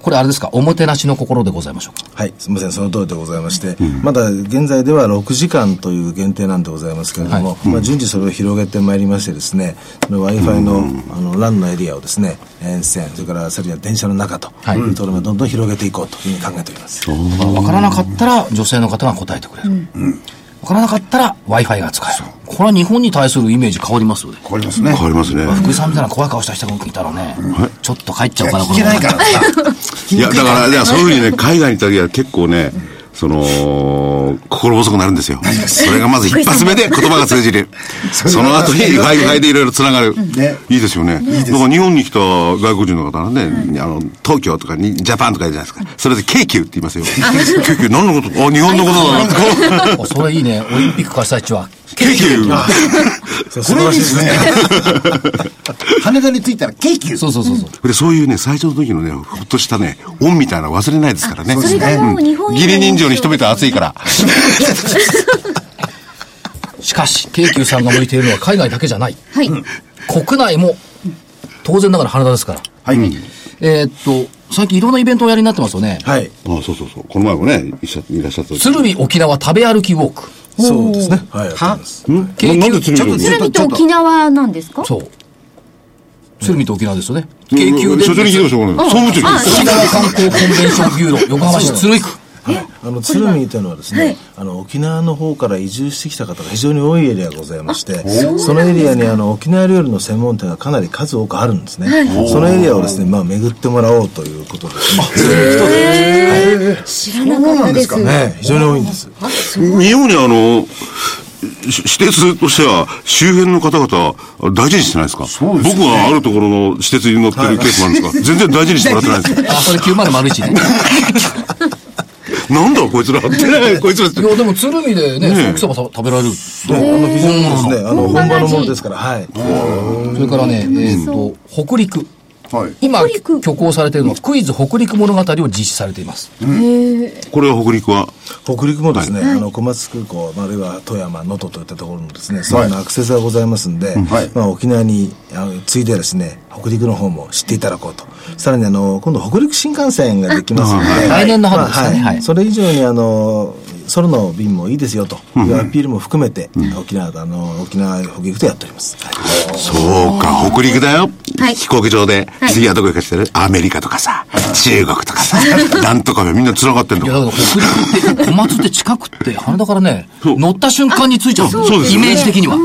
A: これあれですか、おもてなしの心でございましょうか。
E: はい、すみません、その通りでございまして、うん、まだ現在ではろくじかんという限定なんでございますけれども、はい、まあ、順次それを広げてまいりましてですね、Wi-Fi の、うん、あの ラン のエリアをですね、沿線、それからさらには電車の中というところまでどんどん広げていこうというふうに考えております。
A: 分、うん、からなかったら女性の方が答えてくれる、うんうん、分からなかったら Wi-Fi が使える。これは日本に対するイメージ変わりますよね。
C: 変わりますね。
D: 変わりますね。
A: 福井さんみたいな怖い顔した人がいたらね、うん、ちょっと帰っちゃうかな、これ。
C: いけないから。
D: いや、だから、いや、そういうふうにね、海外に行った時は結構ね、その、心細くなるんですよ。それがまず一発目で言葉が通じる。その後に Wi-Fi でいろいろ繋がる。ね、いいですよね。ね、だから日本に来た外国人の方はね、うん、あの、東京とかに、ジャパンとか言うじゃないですか。それで京急って言いますよ。京急、何のこと？あ、日本のことだな。
A: それいいね。オリンピック開催地は。
D: 京急。
C: これいいですね。羽田に着いたら京急。
A: そうそうそうそう。
D: で、そういうね、最初の時のね、ほっとしたね、恩みたいなの忘れないですからね。
B: それがもう日本
D: 義理人情に一目と熱いから。
A: しかし、京急さんが向いているのは海外だけじゃない。
B: はい。
A: 国内も、当然ながら羽田ですから。
C: はい。
A: えー、っと、最近いろんなイベントをやりになってますよね。
E: はい。
D: ああ、そうそうそう。この前もね、いらっしゃった。
A: 鶴見沖縄食べ歩きウォーク。
E: そうですね。はい。は
A: 京急、
B: ちょっと鶴見と沖縄なんですか？
A: そう。鶴見と沖縄ですよね。京急で。
D: 所長に聞いてましょうかね。総務長に。
A: 沖縄観光コンベンションビューロー、横浜市鶴見区。
E: はい、あの鶴見というのはですね、はい、あの沖縄の方から移住してきた方が非常に多いエリアがございまして、そのエリアにあの沖縄料理の専門店がかなり数多くあるんですね。そのエリアをですね、まあ、巡ってもらおうということですね。
B: へー、はい、知らなかったです。
E: ね、非常に多いんです。
D: 日本にあの私鉄としては周辺の方々大事にしてないですか？そうですね、僕はあるところの私鉄に乗ってるケースもあるんですが、はい、全然大事にしてもらってないですよ。
A: あ、それきゅうまるまるいちね。
D: なんだこいつらってね、こいつらって。
A: いや、でも鶴見でね、ソーキそば食べられる。
E: あの、非常にですね、あの、本場のものですから、はい。
A: それからね、えっと、北陸。はい、今、挙行されているのは、クイズ北陸物語を実施されています。
D: うん、これは北陸は
E: 北陸もですね、はい、あの、小松空港、あるいは富山、能登といったところのですね、そういうアクセスがございますんで、はい、まあ、沖縄に、あの、ついでですね、北陸の方も知っていただこうと。さらにあの、今度北陸新幹線ができますので、はい、
A: 来年の春ですね、
E: まあはい。それ以上にあの、空の便もいいですよというアピールも含めて、うん、沖縄あの沖縄北陸でやっております。
D: はい、そうか、北陸だよ。はい、飛行機場で、次はどこ行かしてる？アメリカとかさ、中国とかさ、なんとかみんな繋がってんだから。いや、だから
A: 北陸って、小松って近くって、羽田からね、乗った瞬間に着いちゃう。そうです、イメージ的には。うん。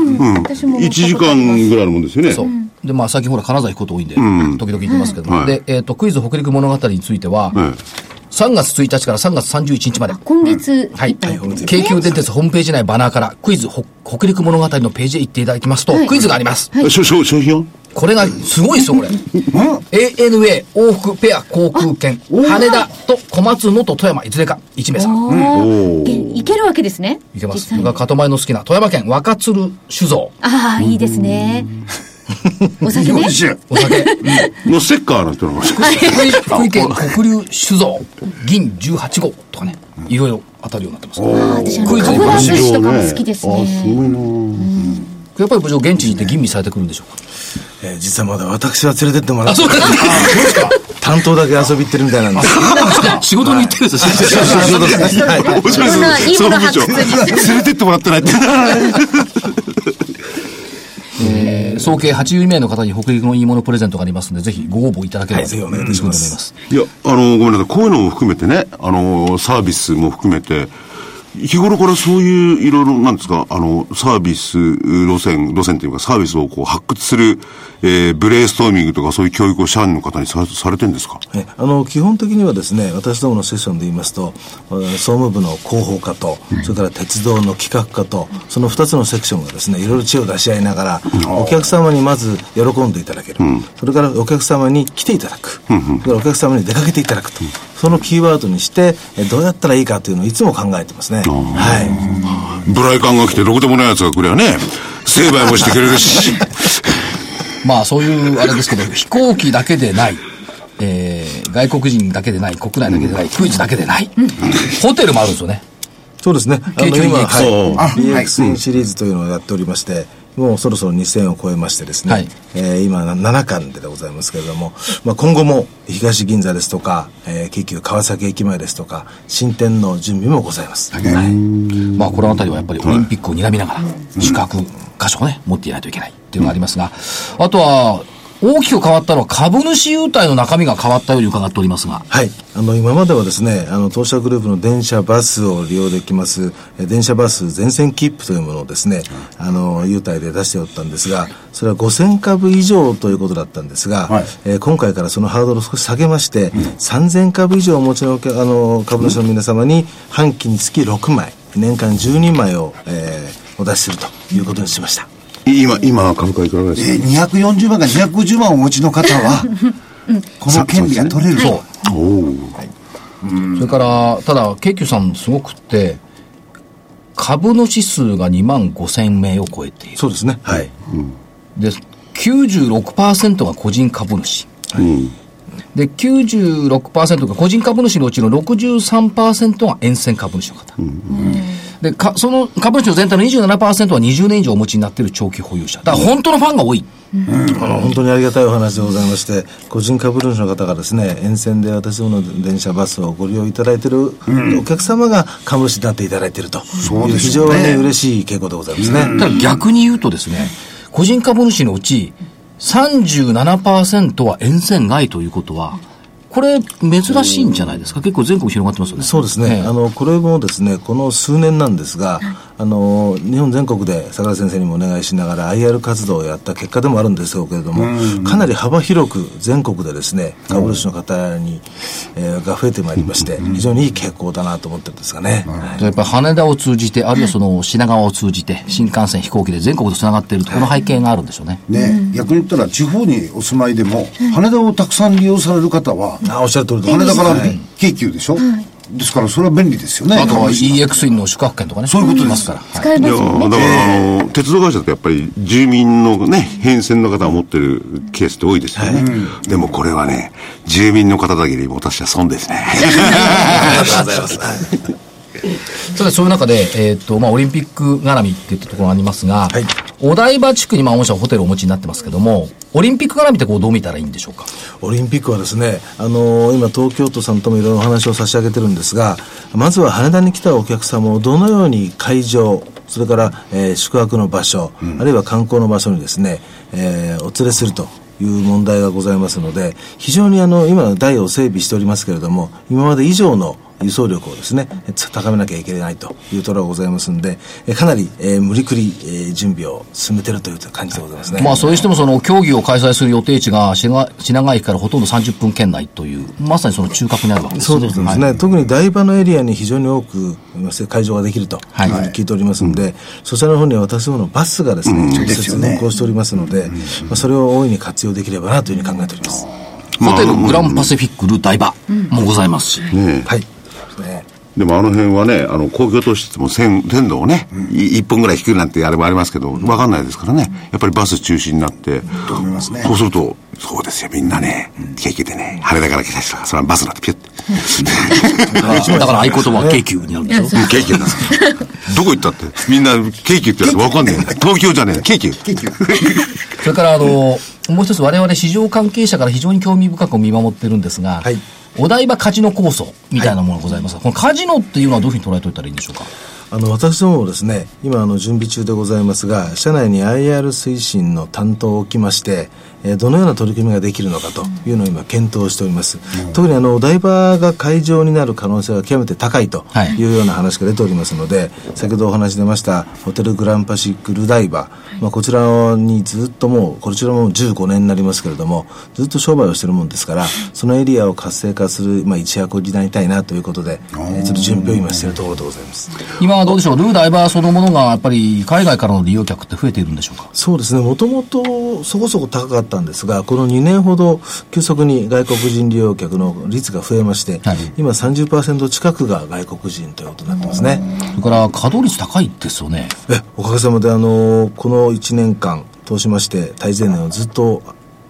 D: いちじかんぐらいのもんですよね。
A: そう。で、まあ、最近ほら、金沢行くこと多いんで、うん、時々行ってますけども。はい、で、えっ、ー、と、クイズ北陸物語については、はい、さんがつついたちからさんがつさんじゅういちにちまで。
B: 今月。
A: はい。京急電鉄ホームページ内バナーからクイズ北陸物語のページへ行っていただきますと、はい、クイズがあります。
D: はい、商品は
A: これがすごいですよ、これ。エーエヌエー 往復ペア航空券、羽田と小松野と富山いずれかいちめいさん。
B: うん、いけるわけですね。
A: いけます。それが加藤前の好きな富山県若鶴酒造。
B: ああ、いいですね。お酒ね。
A: お酒。
D: のステッカーなんてのが
A: 福井県黒龍酒造銀じゅうはちごうとかね、いろいろ当たるようになってます。
B: 私クイズに詳しいとかも好きですね。
D: すごいな。
A: やっぱり部長現地に行って吟味されてくるんでしょうか？
E: えー、実はまだ私は連れてってもらって、あ、そうですか。担当だけ遊び行ってるみたいなんです。
A: 仕事に行ってるんですよ。
D: 仕事です。はい。面白いです。その部長連れてってもらってないって。
A: えー、総計はちじゅうにめいの方に北陸のいいものプレゼントがありますので、ぜひご応募いただければ、はい、ぜひお願いします。
D: いや、あの、ごめんなさい、こういうのも含めてね、あの、サービスも含めて、日頃からそういういろいろなんですか、あのサービス路線路線というかサービスをこう発掘する、えー、ブレイストーミングとかそういう教育を社員の方にさ, されてるんですか？
E: えあの基本的にはですね、私どものセッションで言いますと、総務部の広報課と、うん、それから鉄道の企画課と、そのふたつのセクションがですね、いろいろ知恵を出し合いながら、うん、お客様にまず喜んでいただける、うん、それからお客様に来ていただく、うんうん、それからお客様に出かけていただくと、うん、そのキーワードにしてどうやったらいいかというのをいつも考えてますね。はい。
D: ブライカンが来てろくでもないやつが来りゃね、成敗もしてくれるし。
A: まあそういうあれですけど、飛行機だけでない、えー、外国人だけでない、国内だけでない、うん、クイズだけでない、うん、ホテルもあるんですよね。
E: そうですね。
A: 京急 イーエックス、
E: はい、イーエックス シリーズというのをやっておりまして、 もうそろそろにせんを超えましてですね、はい、えー、今ななかんででございますけれども、まあ、今後も東銀座ですとか、えー、京急川崎駅前ですとか新店の準備もございます、はい、
A: まあ、このあたりはやっぱりオリンピックを睨みながら宿泊箇所をね持っていないといけないっていうのがありますが、あとは大きく変わったのは株主優待の中身が変わったように伺っておりますが。
E: はい。あの、今まではですね、あの、当社グループの電車バスを利用できます、電車バス全線切符というものをですね、あの、優待で出しておったんですが、それはごせんかぶ以上ということだったんですが、はい、えー、今回からそのハードルを少し下げまして、うん、さんぜんかぶ以上お持ちの、あの、株主の皆様に半期につきろくまい、年間じゅうにまいを、えー、お出しするということにしました。
D: 今、今、株価いくらぐらいですか、
C: えー、にひゃくよんじゅうまんかにひゃくごじゅうまんをお持ちの方は、この権利が取れると。そう。お
A: はい、それから、ただ、京急さんすごくって、株主数がにまんごせんめいを超えている。
E: そうですね。はい。
A: うん、で、きゅうじゅうろくパーセント が個人株主。はい、うん、で、きゅうじゅうろくパーセント が個人株主のうちの ろくじゅうさんパーセント が沿線株主の方。うんうん、でかその株主の全体の にじゅうななパーセント はにじゅうねん以上お持ちになっている長期保有者。だから本当のファンが多い。
E: うん、あの本当にありがたいお話でございまして、個人株主の方がですね、沿線で私どもの電車バスをご利用いただいているお客様が株主になっていただいていると、うん、非常に嬉しい傾向でございますね。
A: うん、ただ逆に言うとですね、個人株主のうち さんじゅうななパーセント は沿線外ということは、これ珍しいんじゃないですか。結構全国広がってますよね。
E: そうですね、ええ、あのこれもですね、この数年なんですが、あの日本全国で坂田先生にもお願いしながら アイアール 活動をやった結果でもあるんですけれども、かなり幅広く全国でですね、株主の方に、えー、が増えてまいりまして、非常にいい傾向だなと思ってるんですがね、
A: はい、やっぱり羽田を通じて、あるいはその品川を通じて新幹線飛行機で全国とつながっていると、この背景があるんでしょうね。
C: ね、逆に言ったら地方にお住まいでも羽田をたくさん利用される方は、
E: あ、おっしゃる通りで、
C: 羽田から京急でしょ、はい、ですからそれは便利ですよね。
A: あとは イーエックス インの宿泊券とかね、
C: そういうことですから、
B: 使えますよね。
D: いやだからあの鉄道会社ってやっぱり住民のね、沿線の方が持ってるケースって多いですよね、はい、でもこれはね、住民の方だけで私は損ですね。
E: ありがとうございます。
A: ただそういう中で、えーとまあ、オリンピック絡みっていったところがありますが、はい、お台場地区にまあ御社ホテルをお持ちになってますけども、オリンピック絡みってこうどう見たらいいんでしょうか。
E: オリンピックはですね、あのー、今東京都さんともいろいろお話を差し上げてるんですが、まずは羽田に来たお客様をどのように会場、それから、えー、宿泊の場所、うん、あるいは観光の場所にですね、えー、お連れするという問題がございますので、非常にあの今台を整備しておりますけれども、今まで以上の輸送力をですね高めなきゃいけないというところがございますので、かなり、えー、無理くり、えー、準備を進めているという感じでございますね。
A: まあそういうしてもその競技を開催する予定地が品川駅からほとんどさんじゅっぷん圏内という、まさにその中核にあるわけですね。
E: そうですね、はい、特に台場のエリアに非常に多く会場ができるというふうに聞いておりますので、はい、そちらの方には私どものバスがですね、うん、直接運行しておりますので、うん、まあ、それを大いに活用できればなというふうに考えております。
A: ホテルグランパシフィックル台場もございますし、
D: うん、はい、ね、でもあの辺はね、あの公共都市っても線線路をね、うん、いっぽんぐらい引くなんてあれもありますけど、分かんないですからね、やっぱりバス中心になって、
C: と思いますね。
D: そうすると、そうですよ、みんなね、京急でね、羽田から来た人がそれはバスなんてピュッて
A: だから合言葉は京急になるんでしょ。
D: 京急なんですどこ行ったってみんな京急ってやつ分かんないんだ。東京じゃねえ、京急京急
A: それからあのもう一つ、我々市場関係者から非常に興味深く見守ってるんですが、はい、お台場カジノ構想みたいなものがございますが、はい、このカジノっていうのはどういうふうに捉えておいたらいいんでしょうか。
E: あの私どももですね、今あの準備中でございますが、社内に アイアール 推進の担当を置きまして、えー、どのような取り組みができるのかというのを今検討しております、うん、特にあのお台場が会場になる可能性が極めて高いというような話が出ておりますので、はい、先ほどお話出ましたホテルグランパシフィックル台場、まあ、こちらにずっともうこちらもじゅうごねんになりますけれども、ずっと商売をしているもんですから、そのエリアを活性化する、まあ、一役になりたいなということで、えー、ちょっと準備を今しているところでございます。
A: 今はどうでしょう、ルー台場そのものがやっぱり海外からの利用客って増えているんでしょうか。
E: そうですね、もともとそこそこ高かったんですが、このにねんほど急速に外国人利用客の率が増えまして、はい、今 さんじゅっパーセント 近くが外国人ということになってますね。
A: それから稼働率高いですよね。
E: えおかげさまであのこのいちねんかん通しまして対前年をずっと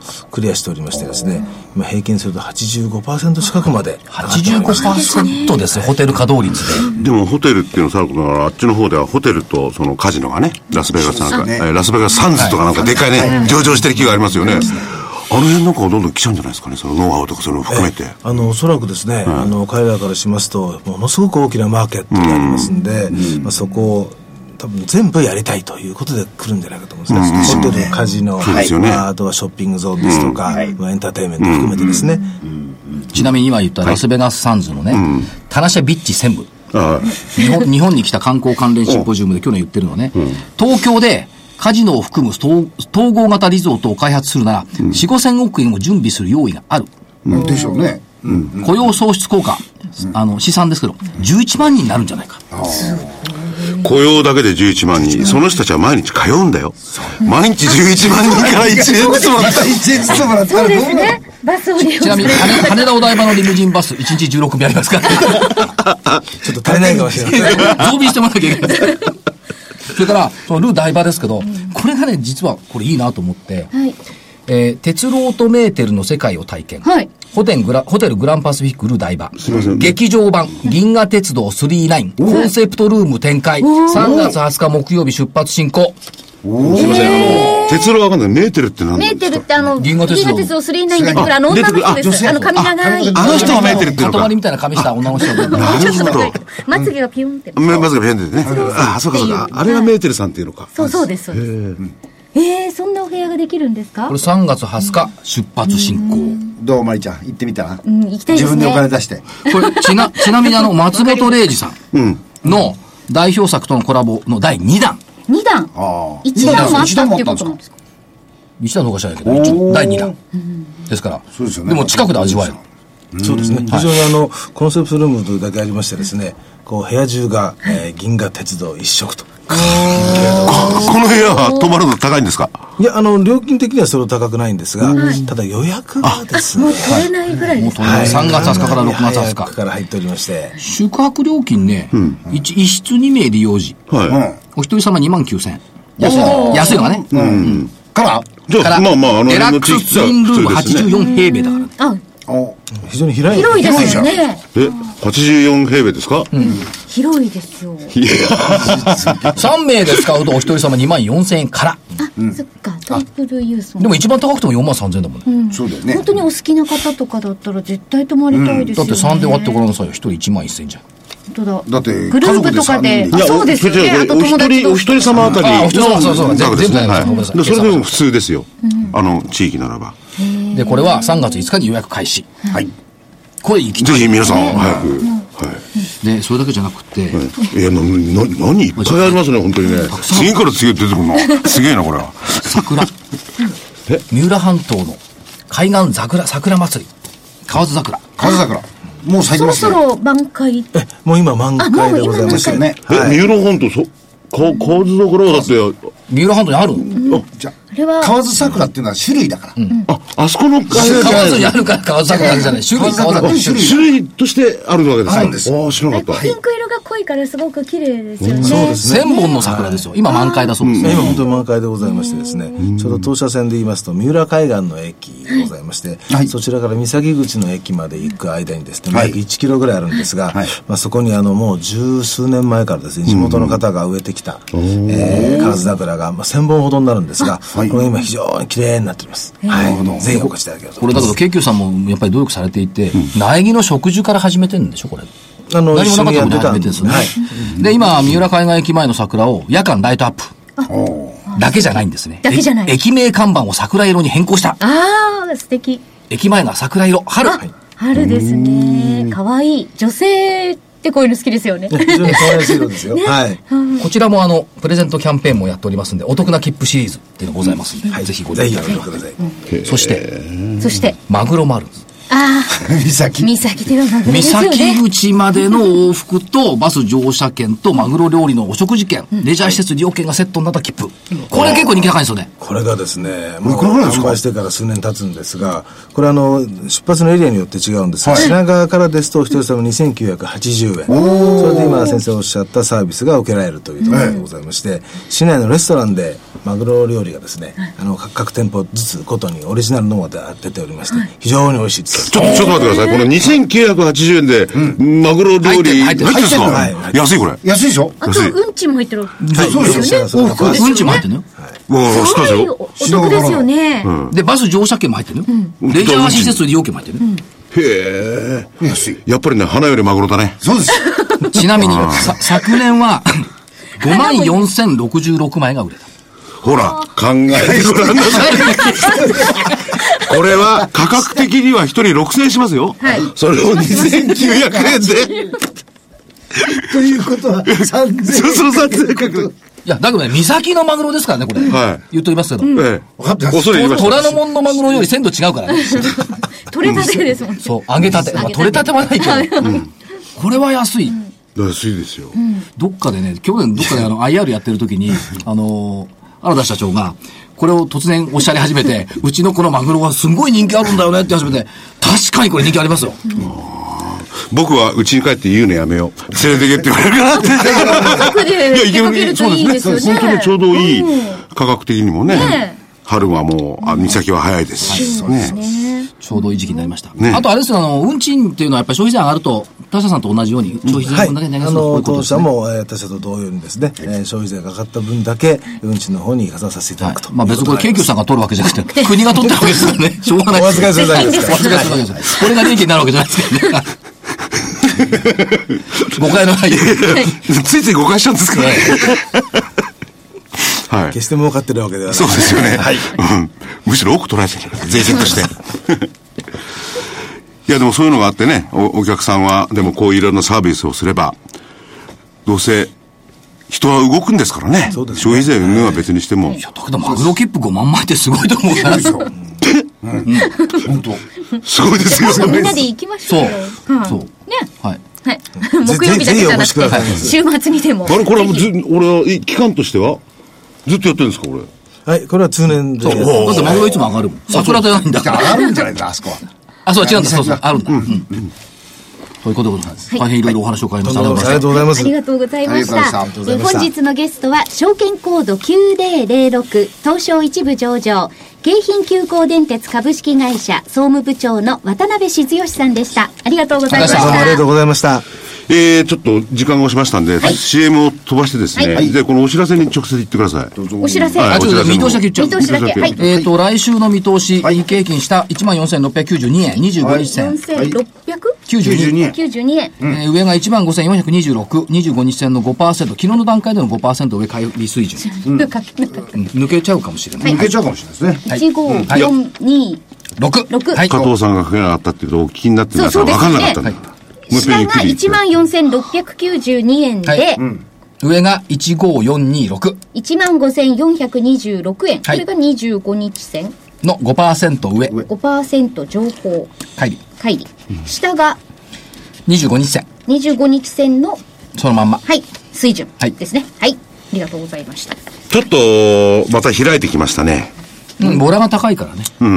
E: クリアしておりましてですね、今平均すると はちじゅうごパーセント 近くまで。
A: はちじゅうごパーセント ですよ、ホテル稼働率で。
D: でもホテルっていうのさることながら、あっちの方ではホテルとそのカジノがね、ラスベガスなんか、ね、ラスベガスサンズとかなんかでっかいね、はい、上場してる企業ありますよね。あの辺なんかどんどん来ちゃうんじゃないですかね、そのノウハウとかそれを含めて。
E: あの、おそらくですね、うん、あの、海外からしますと、ものすごく大きなマーケットがありますんで、うん、まあ、そこを多分全部やりたいということで来るんじゃないかと思うんですね。うん、ホテル、カジノ、はい、ね、あとはショッピングゾーンですとか、うん、はい、まあ、エンターテインメント含めてですね。うん
A: うん、ちなみに今言ったラスベガスサンズのね、はい、タナシャビッチ専務。日本、日本に来た観光関連シンポジウムで去年言ってるのはね、うん、東京でカジノを含む統合型リゾートを開発するなら、うん、よん、ごせんおくえんを準備する用意がある。
C: うん、でしょうね。
A: うん、雇用創出効果、うん、あの試算ですけど、じゅういちまんにんになるんじゃないか。
D: 雇用だけでじゅういちまんにん、その人たちは毎日通うんだよ。毎日じゅういちまんにんからいちえんずつもらったら、いちえんずつもらったら、そうですね。
B: バスを利用
A: ちなみに羽、羽田お台場のリムジンバス、いちにちじゅうろくくみありますから。
E: ちょっと足りないかもしれない。
A: 増備してもらわなきゃいけない。それから、そのルー台場ですけど、うん、これがね、実はこれいいなと思って、はい、えー、鉄路とメーテルの世界を体験。はい、ホテルグラ、ホテルグランパシフィックルー台場。劇場版、銀河鉄道スリーナイン、コンセプトルーム展開。さんがつはつか木曜日出発進行。
D: すみません、あの、鉄路わかんない。メーテルって何ですか？
B: メーテルってあの、銀河鉄道スリーナインで来るあの女の人です。あの髪長い。
D: あの人がメーテルっていうのか。
A: 塊みたいな髪した女の人
D: が。なるほど。
B: まつげがピュンって。
D: まつげがピュンってね。ああ、そうかそうか。あれがメーテルさんっていうのか。
B: そうそうです、そうです。えー、そんなお部屋ができるんですか？
A: これさんがつはつか出発進行。
C: どうマリちゃん行ってみた？
B: うん、行きたいですね。
C: 自分でお金出して。
A: これちな、ちなみにあの、松本零士さんの代表作とのコラボのだいにだん。
B: にだん、あいちだんもあったっていうことなんですか？
A: いちだんの方が知らないけど、だいにだんですから、そうですよね、でも近くで味わえる。
E: そうですね、非常にあのコンセプトルームというだけありましてですね、こう部屋中が、えー、銀河鉄道一色と。
D: この部屋は泊まるの高いんですか？
E: いや、あの料金的にはそれほど高くないんですが、ただ予約がですね、
B: もう取れないぐらいですね。
A: さんがつはつかからろくがつはつか
E: から入っておりまして、
A: 宿泊料金ね、うん、いちいしつにめい利用時、はい、お一人様にまんきゅうせんえん、安いの安いのがね、うんうん、
C: から
D: じゃあ
A: から
D: まあまああの
A: デラックスツインルームはちじゅうよんへいべいだから、ね、あ
E: 非常に広い
B: 広いですよね。
D: え、はちじゅうよんへいべいですか？うん、
B: 広いですよ。
A: いやさんめいで使うとお一人様にまんよんせんえんから。
B: あ、うん、そっか、トリプルユースも。
A: でも一番高くてもよんまんさんぜんえんだもんね、
B: うん、そうだよね。本当にお好きな方とかだったら絶対泊まりたいですよね、うん、だってさんで割ってごらんなさいよ。一人いちまんせんえんじゃん。 本当だ。
C: だって
B: グループとかで、あ、そうですよね。あと友達と
D: お一人様あたりの
A: お一人様、そうそう全部ですね。
D: それでも普通ですよ、あの地域ならば。
A: でこれはさんがついつかに予約開始。はい。これ行きたい。
D: ぜひ皆さん早く。はい。
A: でそれだけじゃなくて、い
D: やなな何いっぱいありますね本当にね。次から次へ出てくるの。すげえなこれは。
A: 桜。え、三浦半島の海岸桜桜祭り。河津桜。
C: 河津桜。もう咲きますね。
B: そろそろ満開。
E: え、もう今満開でございますよね。
D: え、三浦半島そ河津桜だって。
A: 三浦半島にある、うん、
C: じゃあ河津桜っていうのは種類だから、うん、
D: ああそこの
A: 河津にあるから河津桜じゃない、種類河津桜
D: 種類としてあるわけです。そうです。ああ知らなかった。
B: ピンク色が濃いからすごく綺麗ですよね、うん、
E: そうですね。
A: 千本の桜ですよ。今満開だそうです、
E: うん、今本当に満開でございましてですね、うん、ちょうど当社線で言いますと三浦海岸の駅でございまして、はい、そちらから三崎口の駅まで行く間にですね、はい、約いちキロぐらいあるんですが、はい、まあ、そこにあのもう十数年前からですね地元の方が植えてきた、うん、えー、河津桜がまあせんぼんほどになるんですが、はい、これ今非常に綺麗になっております、はい、ぜひお越しいただければと思います。これだけど京急さんもやっぱり努力されていて、うん、苗木の植樹から始めてるんでしょこれ。 あの
A: 何もなかったことで始めてるんですよね、はい、で今三浦海岸駅前の桜を夜間ライトアップだけじゃないんですね。
B: だけじゃない。
A: 駅名看板を桜色に変更した。
B: ああ素敵。
A: 駅前が桜色春。
B: 春ですね。かわいい。女性ってこういうの好きですよね。
E: 非常に可愛らしい色ですよ、ね、はい。
A: こちらもあのプレゼントキャンペーンもやっておりますんで、お得な切符シリーズっていうのがございますんで、うん、はい、ぜひご利用ください。そして
B: そして
A: マグロ丸
B: ああ。
C: 三崎。
B: 三崎ではマグロですよね。
A: 三崎口までの往復と、バス乗車券と、マグロ料理のお食事券、うん、レジャー施設利用券がセットになった切符。うん、これ結構人気高いんですよね。
E: これがですね、もう販売してから数年経つんですが、これあの、出発のエリアによって違うんですが、はい、品川からですと、一人様にせんきゅうひゃくはちじゅうえん。それで今先生おっしゃったサービスが受けられるというところでございまして、はい、市内のレストランでマグロ料理がですね、はい、あの、各店舗ずつごとにオリジナルのものが出ておりまして、はい、非常に美味しいです。
D: ちょっと、ちょっと待ってください。このにせんきゅうひゃくはちじゅうえんで、うん、マグロ料理入ってるんですか？はい、安いこれ。
C: 安いでしょ？
B: あと、うんちも入ってる。
C: そうですよね。
A: うんちも入ってるのよ。
D: わあ、知ったでしょ？
B: お得ですよね。
A: で、バス乗車券も入ってるの。レジャー施設利用券も入ってる。
D: へえ。安い。やっぱりね、花よりマグロだね。
C: そうです。
A: ちなみに、昨年はごまんよんせんろくじゅうろくまいが売れた。
D: ほら、考えてごらんなさい。これは価格的には一人ろくせんえんしますよ。はい。それをにせんきゅうひゃくえんで。
C: ということはさんぜんえん。
D: そうそう、さんぜんえんかく。
A: いや、だけどね、三崎のマグロですからね、これ。はい。言っときますけど。
D: ええ。分かってます。
A: 虎ノ門のマグロより鮮度違うからね。
B: 取れたてですもんね。
A: そう、揚げたて。まあ、取れたてはないけど。これは安い。
D: 安いですよ。
A: どっかでね、去年どっかであの、アイアール やってる時に、あの、原田社長が、これを突然おっしゃり始めて、うちのこのマグロはすんごい人気あるんだよねって始めて、確かにこれ人気ありますよ。
D: 僕はうちに帰って言うのやめよう。連れてけって言われるかなって。
B: 価格で出かけるといいですよね。
D: 本当にちょうどいい価格的にもね。春はもう、三崎は早いですし。ね。
A: ちょうどいい時期になりました。あとあれですよ、あの、運賃っていうのはやっぱり消費税上がると、他社さんと同じように消費税分だけ値上げするということですね。
E: 当社も他社と同様にですね、消費税が上がった分だけ運賃の方に加算させていただくと。
A: まあ別にこれ京急さんが取るわけじゃなくて、国が取ってるわけですからね。しょうがない。
E: お預かりするだけですから。
A: お預かりするだけです。これが利益になるわけじゃないですけどね。誤解のない。
D: ついつい誤解しちゃうんですからね。
E: はい。決して儲かってるわけではない。
D: そうですよね。はい。むしろ多く取られてる。税金として。いやでもそういうのがあってね、お, お客さんはでもこういろんなサービスをすれば、どうせ人は動くんですからね。そうですね。消費税云々は別にしても。
A: いや、だけどマグロ切符ごまんまいってすごいと思うから。そう
C: うん。本当。
D: すごいですよ。
B: みんなで行きましょうよ。
A: そう。
B: ね。
A: はい。
B: はい。木曜日だけじゃなくて、週末にでも。
D: あれ、これはず、俺は、期間としてはずっとやってるんですか、これ。
E: はい、これは通年で。
A: そう。だってマグロいつも上がるもん。桜じゃないんだから。
C: 上がるんじゃないか、あそこは。
A: あ、そう、違うんだ、そうそう、あるんだ。うん。ということでございます。大変いろいろお話を伺いました。
E: ありがとうございます。
B: ありがとうございました。本日のゲストは、証券コードきゅうぜろぜろろく、東証一部上場、京浜急行電鉄株式会社総務部長の渡辺静義さんでした。ありがとうございました。
E: どうもありがとうございました。
D: えー、ちょっと時間が押しましたんで、はい、シーエム を飛ばしてですね、はい、で、このお知らせに直接言ってください。
B: お知らせ、
A: はい、あ、ちょっと見通しだけ言っちゃう。
B: 見通しだけ。はい。
A: えっ、ー、と、来週の見通し、日経平均下、いちまんよんせんろっぴゃくきゅうじゅうにえん、にじゅうごにち線。
B: よんせんろっぴゃく
A: きゅうじゅうにえん。
B: きゅうじゅうにえん。
A: うん、えー、上が いちまんごせんよんひゃくにじゅうろく、にじゅうごにち線の ごパーセント、昨日の段階での ごパーセント 上買い水準。うん、抜けちゃうかもしれない。
C: 抜けちゃうかもしれないですね。
B: いちごよんに
A: ろく。
D: はい。加藤さんが書けなかったっていうとお聞きになって皆さん分かんなかったんだ。
B: 下が いちまんよんせんろっぴゃくきゅうじゅうにえんで、はいうん、
A: 上がいちごよんにろく。
B: いちまんごせんよんひゃくにじゅうろくえん。はい、これがにじゅうごにち線。
A: の ごパーセント 上。
B: ごパーセント 上方。
A: 乖離。
B: 乖離。うん、下が
A: にじゅうごにち線。
B: にじゅうごにち線の
A: そのまんま。
B: はい。水準ですね。はい。はい、ありがとうございました。
D: ちょっと、また開いてきましたね。
A: うん、ボラが高いからね。
D: うん。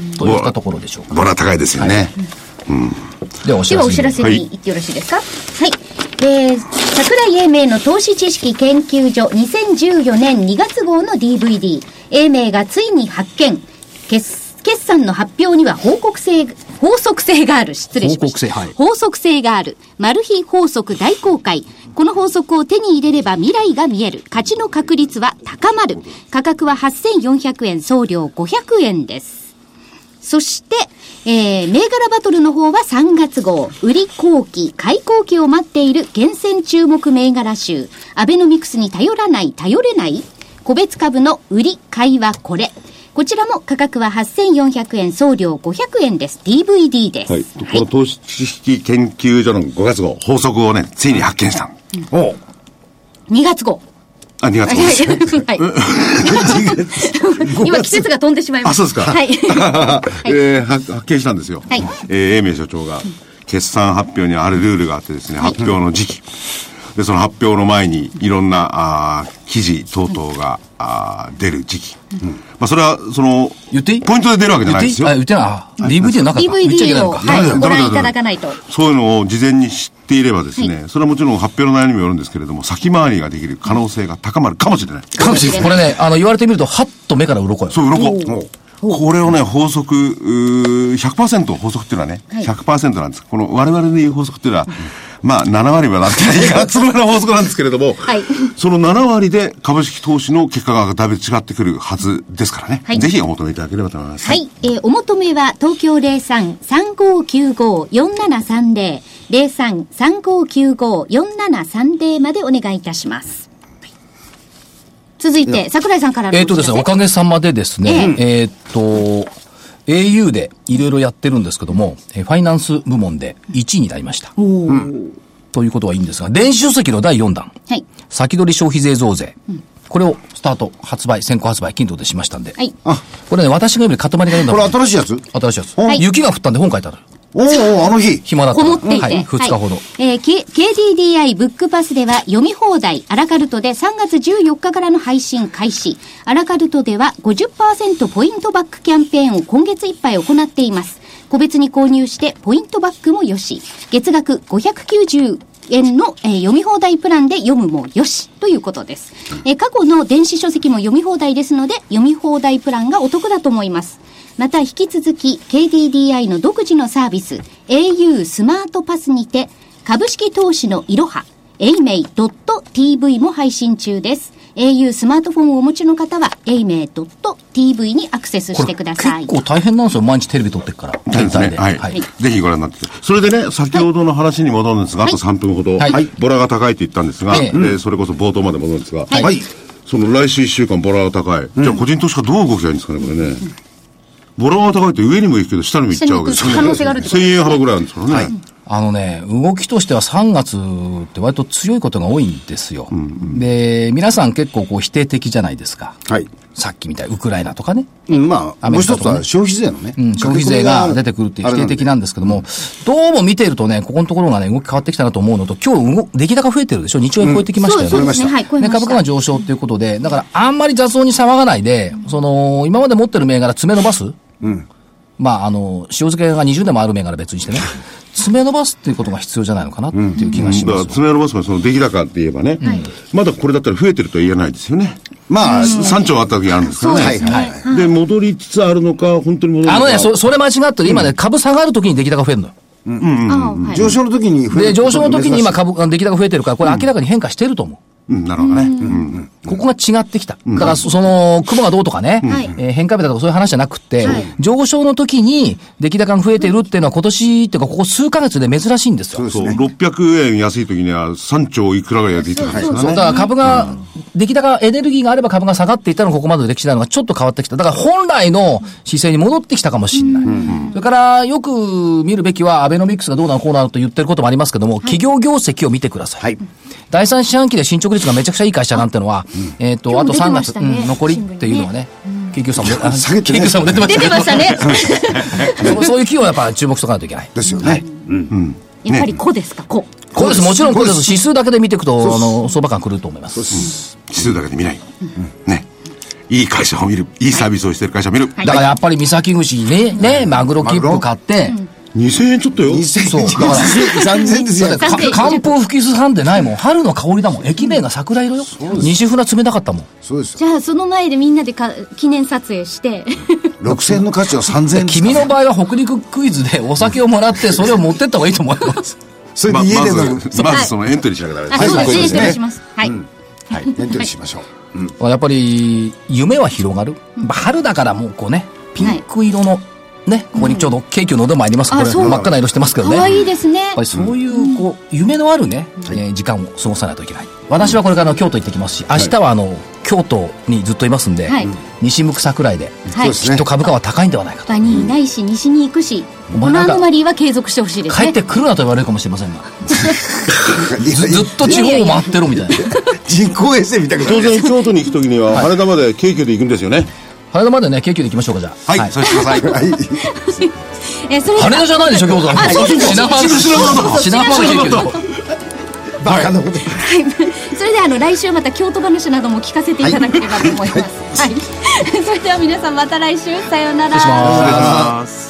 A: といったところでしょうか。
D: ボラ高いですよね。はい、うん。
B: ではお知らせに行ってよろしいですか。はい、はい、えー、櫻井英明の投資知識研究所にせんじゅうよねんにがつ号の ディーブイディー、英明がついに発見、決決算の発表には報告性法則性がある。失礼しました。法則性、はい、法則性がある。マル秘法則大公開。この法則を手に入れれば未来が見える。勝ちの確率は高まる。価格ははっせんよんひゃくえん、送料ごひゃくえんです。そして、えー、銘柄バトルの方はさんがつ号、売り後期、買い後期を待っている厳選注目銘柄集、アベノミクスに頼らない、頼れない、個別株の売り、買いはこれ。こちらも価格ははっせんよんひゃくえん、送料ごひゃくえんです。ディーブイディー です。
D: はい。この投資知識研究所のごがつ号、法則をね、ついに発見した。
B: うん、おにがつ号。
D: あ、にがつです。はい。
B: 今季節が飛んでしまいました。
D: あ、そうですか。はい。えー、発見したんですよ。はい。えー、英明所長が、決算発表にあるルールがあってですね、発表の時期。で、その発表の前にいろんな、あ記事等々が、あ出る時期。うん、まあ、それは、その、
A: 言っていい
D: ポイントで出るわけじゃないですよ。
A: 言っていい？あ、言ってない。ディーブイディー の中か。
B: ディーブイディー を、はい、ご覧いただかないと。
D: そういうのを事前に知っていればですね、はい、それはもちろん発表の内容にもよるんですけれども、先回りができる可能性が高まるかもしれない。
A: かもしれない。これね、あの、言われてみると、はっと目から鱗よ。
D: そう、鱗。これをね、法則、ひゃくパーセント 法則っていうのはね、ひゃくパーセント なんです。この我々で言う法則っていうのは、まあ、ななわりはなってないか、そのような法則なんですけれども、はい、そのななわりで株式投資の結果がだいぶ違ってくるはずですからね。はい、ぜひお求めいただければと思います。
B: はい。えー、お求めは、東京 ゼロさん さんごきゅうご よんななさんゼロ、ゼロさん さんごきゅうご よんななさんゼロまでお願いいたします。続いて、桜井さんからの
A: えっとですね、おかげさまでですね、えー、っと、エーユー でいろいろやってるんですけども、ファイナンス部門でいちいになりました。うん、ということはいいんですが、電子書籍のだいよんだん、はい、先取り消費税増税、うん、これをスタート、発売、先行発売、金土でしましたんで、はい、あこれね、私が読む塊が読んだ
C: これ新しいやつ
A: 新しいやつ、はい。雪が降ったんで本書いてある。
C: おお、あの日。
B: 暇だった。こもっていて。はい、
A: ふつかほど。はい、
B: えー、K、ケーディーディーアイ ブックパスでは読み放題、アラカルトでさんがつじゅうよっかからの配信開始。アラカルトでは ごじゅっパーセント ポイントバックキャンペーンを今月いっぱい行っています。個別に購入してポイントバックもよし。月額ごひゃくきゅうじゅうえんの、えー、読み放題プランで読むもよしということです。えー、過去の電子書籍も読み放題ですので、読み放題プランがお得だと思います。また引き続き ケーディーディーアイ の独自のサービス エーユー スマートパスにて株式投資のいろは エイメイ ドット ティーブイ も配信中です。 エーユー スマートフォンをお持ちの方は エイメイ ドット ティーブイ にアクセスしてください。
A: 結構大変なんですよ、毎日テレビ撮ってるから。
D: 全体で、はい、はい、ぜひご覧になってそれでね、先ほどの話に戻るんですが、はい、あとさんぷんほど、はい、ボラが高いと言ったんですが、はい、でそれこそ冒頭まで戻るんですが、はいはい、その来週いっしゅうかんボラが高い、うん、じゃあ個人投資家どう動きゃいいんですかね、これね、うん、ボラが高いって上にも行くけど下にも行っちゃうわけですよね。可能性があるってことですね。せんえん幅ぐらいあるんですからね。はい、
A: あのね、動きとしてはさんがつって割と強いことが多いんですよ。うんうん、で、皆さん結構こう否定的じゃないですか。はい。さっきみたいウクライナとかね。
C: うん、まあ、もう一つは消費税のね。
A: うん、消費税が出てくるって否定的なんですけども、どうも見ているとね、ここのところがね、動き変わってきたなと思うのと、今日動出来高増えてるでしょ ?にちょうえん超えてきましたよね。うん、そうですね。はい、超えました。株価が上昇っていうことで、だからあんまり雑音に騒がないで、その、今まで持ってる銘柄詰め伸ばす。うん。まあ、あの、塩漬けがにじゅうねんもある銘柄別にしてね、詰め伸ばすっていうことが必要じゃないのかなっていう気がします。
D: うん、だから詰め伸ばすのはその出来高って言えばね、うん、まだこれだったら増えてるとは言えないですよね。まあ、さんちょうあった時あるんですからね。はいはい。で、戻りつつあるのか、本当に戻るのか。
A: あのね、そ、それ間違ってる。今ね、株下がる時に出来高増えるのよ。
C: うんうんうん。上昇の時に増える。
A: で、上昇の時に今株、出来高増えてるから、これ明らかに変化してると思う。
D: うん、なるほどね。うんう
A: ん、ここが違ってきた。だから、その、雲がどうとかね、うんえー、変化日だとかそういう話じゃなくて、はい、上昇の時に出来高が増えているっていうのは今年っていうか、ここ数ヶ月で珍しいんですよ。
D: そうですね。ろっぴゃくえん安い時にはさんちょういくらぐらい出てたんですかね。
A: そう、だから株が、出来高、エネルギーがあれば株が下がっていったのがここまでの歴史なのがちょっと変わってきた。だから本来の姿勢に戻ってきたかもしれない。うんうん、それから、よく見るべきは、アベノミクスがどうなのこうなのと言ってることもありますけども、はい、企業業績を見てください。はい、だいさん四半期で進捗率がめちゃくちゃいい会社なんてのは、うん、えっ、ー、と、あとさんがつ、ねうん、残りっていうのはね、研究さんも、研究さんも出てましたね。
B: 出てましたね。
A: そう、そういう企業はやっぱ注目しとかないといけない。
C: ですよね。はい、うん
B: うんやっぱり個ですか、個。
A: 個です。もちろん個です。指数だけで見ていくと、あの、相場感来ると思います。そうです。
D: 指数だけで見ない。うん、ね。いい会社を見る。いいサービスをしてる会社を見る。
A: はい、だからやっぱり三崎口にね、ね、マグロ切符買って、
D: にせんえんちょっとよ。
C: にせんえん。そう。だから、さんぜんえんですよ。
A: 漢方吹きすはんでないもん。春の香りだもん。駅名が桜色よ。西船冷たかったもん。
C: そうですよ。
B: じゃあ、その前でみんなでか記念撮影して。
C: ろくせんえんの価値をさんぜんえん。
A: 君の場合は北陸クイズでお酒をもらって、それを持ってった方がいいと思います。
C: それで家で飲む。
D: まずそのエントリーしなきゃダメです。
B: はい、そうですね。エントリーします。はい。
C: はい。エントリーしましょう。
A: やっぱり、夢は広がる。春だからもうこうね、ピンク色の、ね、ここにちょうどケーキの喉もありますけど、これ真っ赤な色してますけどね。
B: 可愛いですね。
A: やっぱりそういう、こう、夢のあるね、えー、時間を過ごさないといけない。私はこれから京都行ってきますし、明日はあの、京都にずっといますんで、西向く桜井で、きっと株価は高いんではないかと。
B: 場にいないし、西に行くし、 このアノマリーは継続してほしいですね。
A: 帰ってくるなと言われるかもしれませんがず, ずっと地方を回ってろみたいな
C: 人工衛星みたいな。
D: 当然京都に行くときには羽田まで京急で行くんですよね。
A: 羽田までね京急で行きましょうか。じゃあ
D: はい、はい、そうしてください、はい
B: えそれ
A: 羽田じゃないでしょ京都は。品川品川の京急
C: バカなこと、はい、
B: それであの来週また京都話なども聞かせていただければと思います、はいはい、それでは皆さんまた来週さようなら。
A: 失礼します。